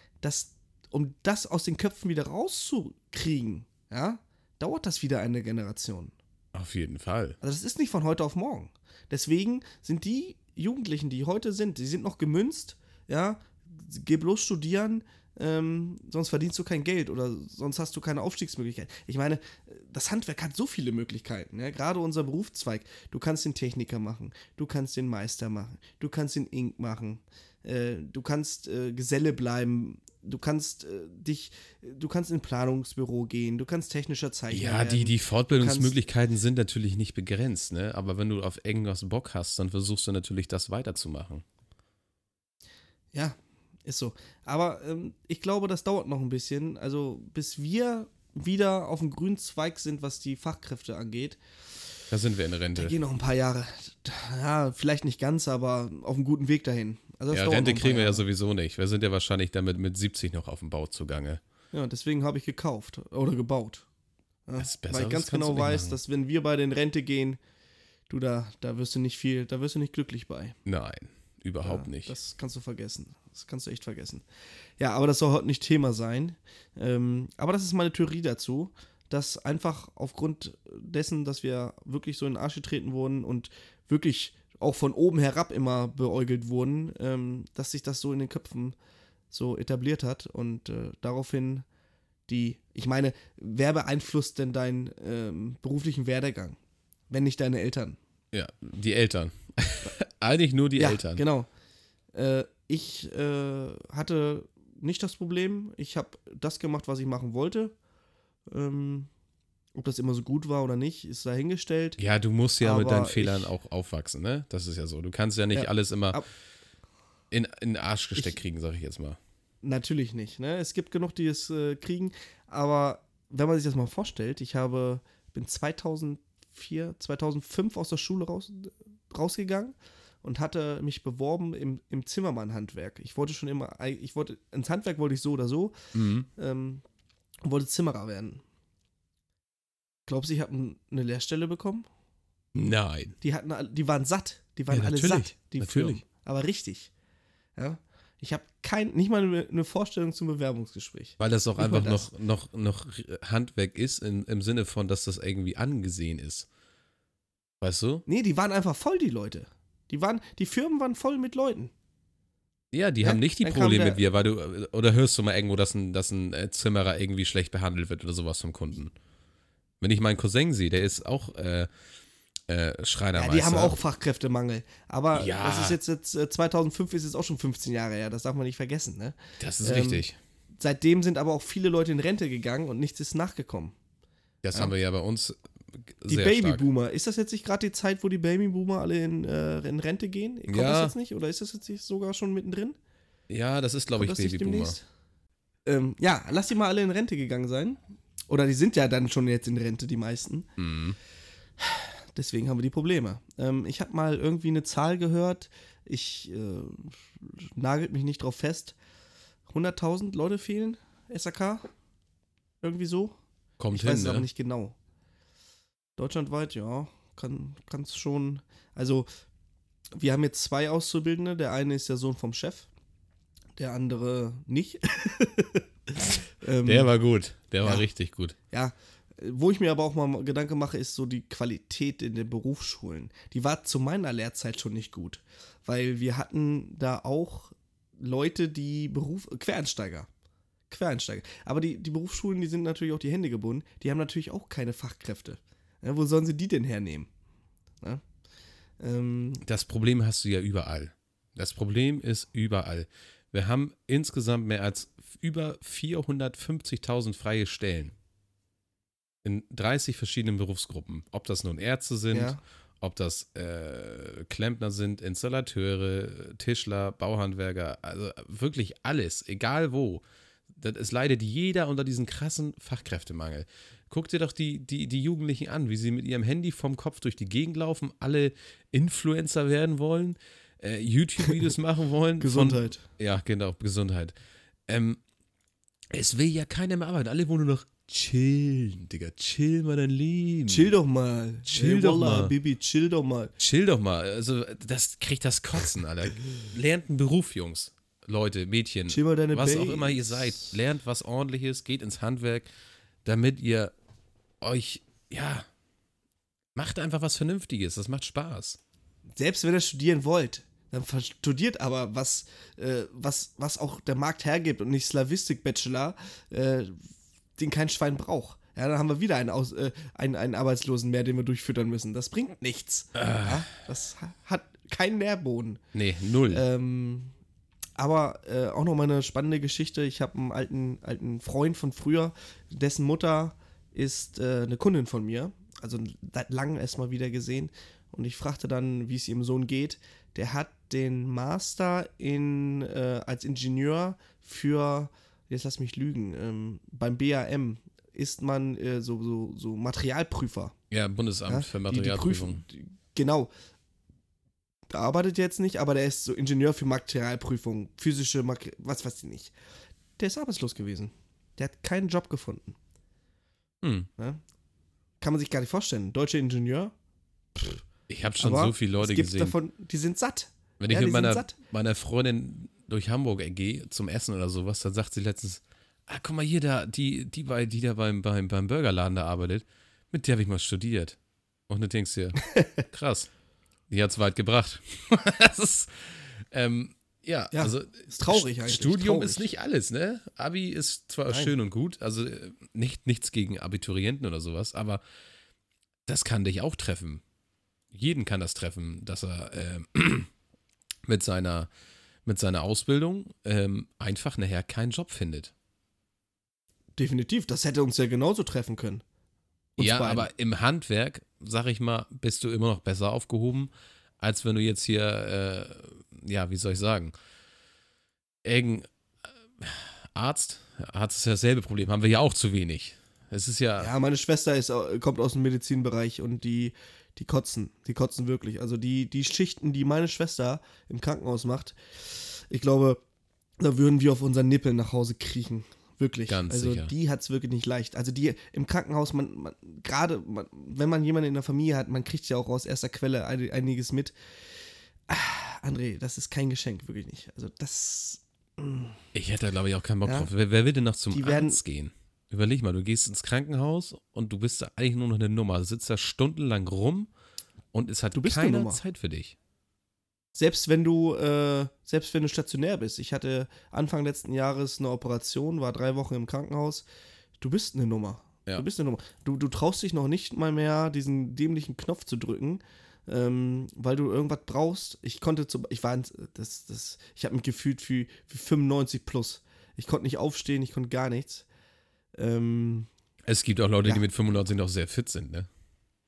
Um das aus den Köpfen wieder rauszukriegen, ja, dauert das wieder eine Generation. Auf jeden Fall. Also das ist nicht von heute auf morgen. Deswegen sind die Jugendlichen, die heute sind, die sind noch gemünzt, ja, geh bloß studieren, sonst verdienst du kein Geld oder sonst hast du keine Aufstiegsmöglichkeit. Ich meine, das Handwerk hat so viele Möglichkeiten, ja? Gerade unser Berufszweig. Du kannst den Techniker machen, du kannst den Meister machen, du kannst den Ink machen, du kannst Geselle bleiben, du kannst in ein Planungsbüro gehen, du kannst technischer Zeichner werden. Ja, die Fortbildungsmöglichkeiten sind natürlich nicht begrenzt, ne? Aber wenn du auf irgendwas Bock hast, dann versuchst du natürlich, das weiterzumachen. Ja, ist so. Aber ich glaube, das dauert noch ein bisschen. Also bis wir wieder auf dem grünen Zweig sind, was die Fachkräfte angeht. Da sind wir in Rente. Da gehen noch ein paar Jahre. Ja, vielleicht nicht ganz, aber auf einem guten Weg dahin. Also ja, Rente kriegen wir ja sowieso nicht. Wir sind ja wahrscheinlich damit mit 70 noch auf dem Bau zugange. Ja, deswegen habe ich gekauft oder gebaut. Ja, das ist besser, weil ich ganz genau weiß, dass wenn wir beide in Rente gehen, da wirst du nicht glücklich bei. Nein, überhaupt nicht. Das kannst du vergessen. Das kannst du echt vergessen. Ja, aber das soll heute nicht Thema sein. Aber das ist meine Theorie dazu, dass einfach aufgrund dessen, dass wir wirklich so in den Arsch getreten wurden und wirklich auch von oben herab immer beäugelt wurden, dass sich das so in den Köpfen so etabliert hat und daraufhin ich meine, wer beeinflusst denn deinen beruflichen Werdegang, wenn nicht deine Eltern? Ja, die Eltern. Eigentlich nur die Eltern. Genau. Ich hatte nicht das Problem. Ich habe das gemacht, was ich machen wollte. Ob das immer so gut war oder nicht, ist dahingestellt. Ja, du musst ja mit deinen Fehlern auch aufwachsen, ne? Das ist ja so. Du kannst ja nicht alles immer in den Arsch gesteckt kriegen, sag ich jetzt mal. Natürlich nicht, ne? Es gibt genug, die es kriegen, aber wenn man sich das mal vorstellt, bin 2005 aus der Schule rausgegangen und hatte mich beworben im Zimmermann-Handwerk. Ins Handwerk wollte ich so oder so, wollte Zimmerer werden. Glaubst du, ich habe eine Lehrstelle bekommen? Nein. Die waren satt. Die waren alle satt, die natürlich. Firmen. Aber richtig. Ja. Ich habe nicht mal eine Vorstellung zum Bewerbungsgespräch. Weil das auch einfach noch Handwerk ist, im Sinne von, dass das irgendwie angesehen ist. Weißt du? Nee, die waren einfach voll, die Leute. Die Firmen waren voll mit Leuten. Ja, die haben nicht die Probleme mit dir, oder hörst du mal irgendwo, dass ein Zimmerer irgendwie schlecht behandelt wird oder sowas vom Kunden? Wenn ich meinen Cousin sehe, der ist auch Schreinermeister. Ja, die haben auch Fachkräftemangel. Aber das ist jetzt 2005 ist jetzt auch schon 15 Jahre her. Das darf man nicht vergessen, ne? Das ist richtig. Seitdem sind aber auch viele Leute in Rente gegangen und nichts ist nachgekommen. Das haben wir ja bei uns die sehr Babyboomer. stark. Ist das jetzt nicht gerade die Zeit, wo die Babyboomer alle in Rente gehen? Kommt das jetzt nicht? Oder ist das jetzt nicht sogar schon mittendrin? Ja, das ist, glaube ich, Babyboomer. Lass die mal alle in Rente gegangen sein. Oder die sind ja dann schon jetzt in Rente, die meisten. Mhm. Deswegen haben wir die Probleme. Ich habe mal irgendwie eine Zahl gehört. Ich nagelt mich nicht drauf fest. 100.000 Leute fehlen, SAK? Irgendwie so? Kommt ich hin, weiß es ne? aber nicht genau. Deutschlandweit, ja, kann es schon. Also, wir haben jetzt 2 Auszubildende. Der eine ist der Sohn vom Chef, der andere nicht. Der war gut. Der war richtig gut. Ja, wo ich mir aber auch mal Gedanken mache, ist so die Qualität in den Berufsschulen. Die war zu meiner Lehrzeit schon nicht gut, weil wir hatten da auch Leute, die Quereinsteiger. Aber die Berufsschulen, die sind natürlich auch die Hände gebunden, die haben natürlich auch keine Fachkräfte. Ja, wo sollen sie die denn hernehmen? Ja? Das Problem hast du ja überall. Das Problem ist überall. Wir haben insgesamt mehr als über 450.000 freie Stellen. In 30 verschiedenen Berufsgruppen. Ob das nun Ärzte sind, ob das Klempner sind, Installateure, Tischler, Bauhandwerker, also wirklich alles, egal wo. Es leidet jeder unter diesem krassen Fachkräftemangel. Guck dir doch die Jugendlichen an, wie sie mit ihrem Handy vom Kopf durch die Gegend laufen, alle Influencer werden wollen, YouTube-Videos machen wollen. Gesundheit. Ja, genau, Gesundheit. Es will ja keiner mehr arbeiten. Alle wollen nur noch chillen, Digga. Chill mal dein Leben. Chill doch mal. Chill doch mal. Bibi, chill doch mal. Chill doch mal. Also, das kriegt das Kotzen, Alter. Lernt einen Beruf, Jungs. Leute, Mädchen. Chill mal deine was Babes. auch immer ihr seid. Lernt was Ordentliches, geht ins Handwerk, damit ihr euch, macht einfach was Vernünftiges. Das macht Spaß. Selbst wenn ihr studieren wollt, dann studiert aber was auch der Markt hergibt und nicht Slavistik-Bachelor, den kein Schwein braucht. Ja, dann haben wir wieder einen Arbeitslosen mehr, den wir durchfüttern müssen. Das bringt nichts. Ja, das hat keinen Nährboden. Nee, null. Aber auch noch mal eine spannende Geschichte. Ich habe einen alten Freund von früher, dessen Mutter ist eine Kundin von mir. Also seit langem erst mal wieder gesehen. Und ich fragte dann, wie es ihrem Sohn geht. Der hat den Master als Ingenieur für, jetzt lass mich lügen, beim BAM ist man so Materialprüfer. Ja, Bundesamt für Materialprüfung. Genau. Da arbeitet er jetzt nicht, aber der ist so Ingenieur für Materialprüfung, physische, was weiß ich nicht. Der ist arbeitslos gewesen. Der hat keinen Job gefunden. Ja? Kann man sich gar nicht vorstellen. Deutscher Ingenieur? Ich habe schon so viele Leute gesehen. Davon, die sind satt. Wenn ich mit meiner Freundin durch Hamburg gehe zum Essen oder sowas, dann sagt sie letztens, guck mal hier, die da beim Burgerladen da arbeitet, mit der habe ich mal studiert. Und du denkst dir, krass. die hat's weit gebracht. Das ist, ja, also ist traurig eigentlich. Studium traurig. ist nicht alles, ne? Abi ist zwar schön und gut, also nichts gegen Abiturienten oder sowas, aber das kann dich auch treffen. Jeden kann das treffen, dass er mit seiner Ausbildung einfach nachher keinen Job findet. Definitiv, das hätte uns ja genauso treffen können. Uns ja, beiden. aber im Handwerk, sag ich mal, bist du immer noch besser aufgehoben, als wenn du jetzt hier, ja, wie soll ich sagen, irgendein Arzt ist ja dasselbe Problem, haben wir ja auch zu wenig. Es ist ja. Ja, meine Schwester kommt aus dem Medizinbereich und die kotzen. Die kotzen wirklich. Also die Schichten, die meine Schwester im Krankenhaus macht, ich glaube, da würden wir auf unseren Nippeln nach Hause kriechen. Wirklich. Ganz also sicher. die hat es wirklich nicht leicht. Also die im Krankenhaus, gerade wenn man jemanden in der Familie hat, man kriegt ja auch aus erster Quelle einiges mit. André, das ist kein Geschenk, wirklich nicht. Also das. Ich hätte da, glaube ich, auch keinen Bock Ja. drauf. Wer will denn noch zum Die werden- Arzt gehen? Überleg mal, du gehst ins Krankenhaus und du bist da eigentlich nur noch eine Nummer. Du sitzt da stundenlang rum und es hat Du bist eine keine Nummer. Zeit für dich. Selbst wenn du stationär bist. Ich hatte Anfang letzten Jahres eine Operation, war 3 Wochen im Krankenhaus. Du bist eine Nummer. Ja. Du bist eine Nummer. Du traust dich noch nicht mal mehr, diesen dämlichen Knopf zu drücken, weil du irgendwas brauchst. Ich habe mich gefühlt wie 95 plus. Ich konnte nicht aufstehen, ich konnte gar nichts. Es gibt auch Leute, Ja. die mit 95 noch sehr fit sind, ne?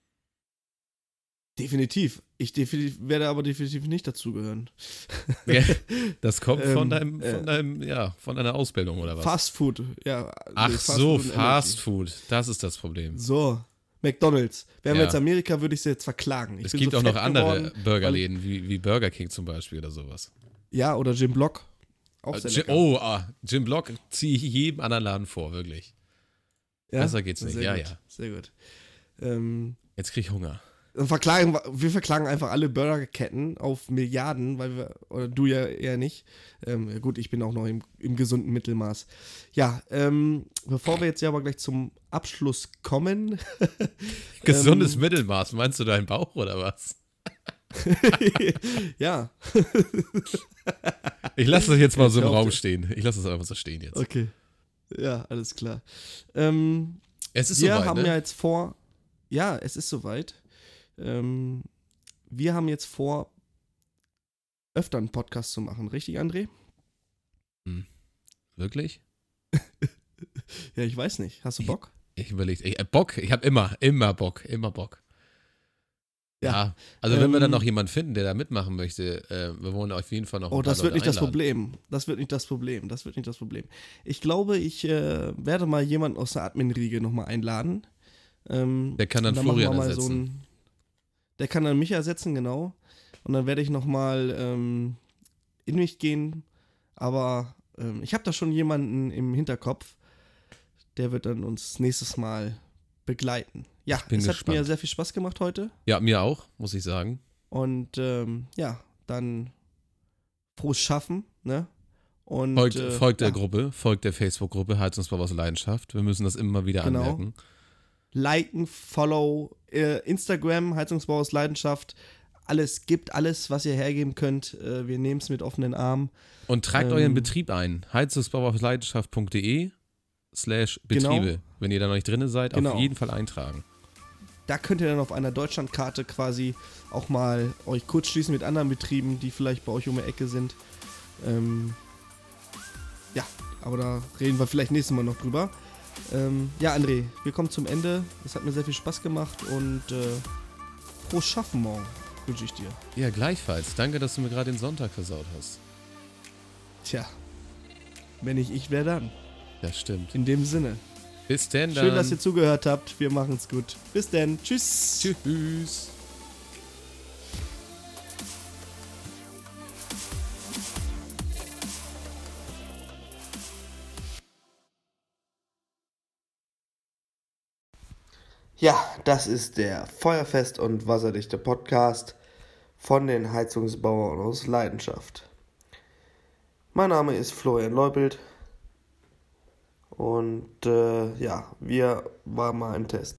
Definitiv. Ich werde aber definitiv nicht dazugehören. Ja, das kommt von Ähm, deiner Ausbildung oder was? Fast Food, ja. Ach nee, so, und Fast Energy. Food. Das ist das Problem. So, McDonald's. Wären wir Ja. jetzt Amerika, würde ich sie jetzt verklagen. Es bin gibt so auch noch fett andere geworden, Burgerläden, wie Burger King zum Beispiel oder sowas. Ja, oder Jim Block. Auch sehr lecker. Jim Block ziehe ich jedem anderen Laden vor, wirklich. Ja? besser geht's nicht. Sehr Ja, gut, ja. Sehr gut. Jetzt krieg ich Hunger. Wir verklagen einfach alle Burgerketten auf Milliarden, oder du ja eher nicht. Gut, ich bin auch noch im gesunden Mittelmaß. Ja, bevor wir jetzt ja aber gleich zum Abschluss kommen. Gesundes Mittelmaß, meinst du deinen Bauch oder was? Ja. Ich lasse das jetzt mal so im Ich glaub, Raum stehen. Ich lasse das einfach so stehen jetzt. Okay. Ja, alles klar. Es ist wir soweit, haben ne? ja jetzt vor, ja, es ist soweit. Wir haben jetzt vor, öfter einen Podcast zu machen, richtig, André? Wirklich? Ja, ich weiß nicht. Hast du Bock? Ich überlege. Bock? Ich habe immer Bock. Immer Bock. Ja, also wenn wir dann noch jemanden finden, der da mitmachen möchte, wir wollen auf jeden Fall noch Oh, ein paar das wird Leute nicht das einladen. Problem. Das wird nicht das Problem. Ich glaube, ich werde mal jemanden aus der Admin-Riege nochmal einladen. Der kann dann und Florian machen wir ersetzen. Der kann dann mich ersetzen, genau. Und dann werde ich nochmal in mich gehen. Aber ich habe da schon jemanden im Hinterkopf, der wird dann uns nächstes Mal begleiten. Ja, bin es hat gespannt. mir sehr viel Spaß gemacht heute. Ja, mir auch, muss ich sagen. Und ja, dann frohes Schaffen, ne? Und Folgt der ja, Gruppe, folgt der Facebook-Gruppe Heizungsbau aus Leidenschaft. Wir müssen das immer wieder Genau. anmerken. liken, follow, Instagram, Heizungsbau aus Leidenschaft. Gibt alles, was ihr hergeben könnt. Wir nehmen es mit offenen Armen. Und tragt euren Betrieb ein. Heizungsbauausleidenschaft.de/Betriebe. Genau. Wenn ihr da noch nicht drin seid, Genau. auf jeden Fall eintragen. Da könnt ihr dann auf einer Deutschlandkarte quasi auch mal euch kurz schließen mit anderen Betrieben, die vielleicht bei euch um die Ecke sind. Ja, aber da reden wir vielleicht nächstes Mal noch drüber. Ja, André, wir kommen zum Ende. Es hat mir sehr viel Spaß gemacht und frohes Schaffen morgen wünsche ich dir. Ja, gleichfalls. Danke, dass du mir gerade den Sonntag versaut hast. Tja, wenn nicht ich, wer dann? Das stimmt. In dem Sinne. Bis denn dann. Schön, dass ihr zugehört habt. Wir machen's gut. Bis dann. Tschüss. Tschüss. Ja, das ist der Feuerfest und wasserdichte Podcast von den Heizungsbauern aus Leidenschaft. Mein Name ist Florian Leupelt und ja, wir waren mal im Test.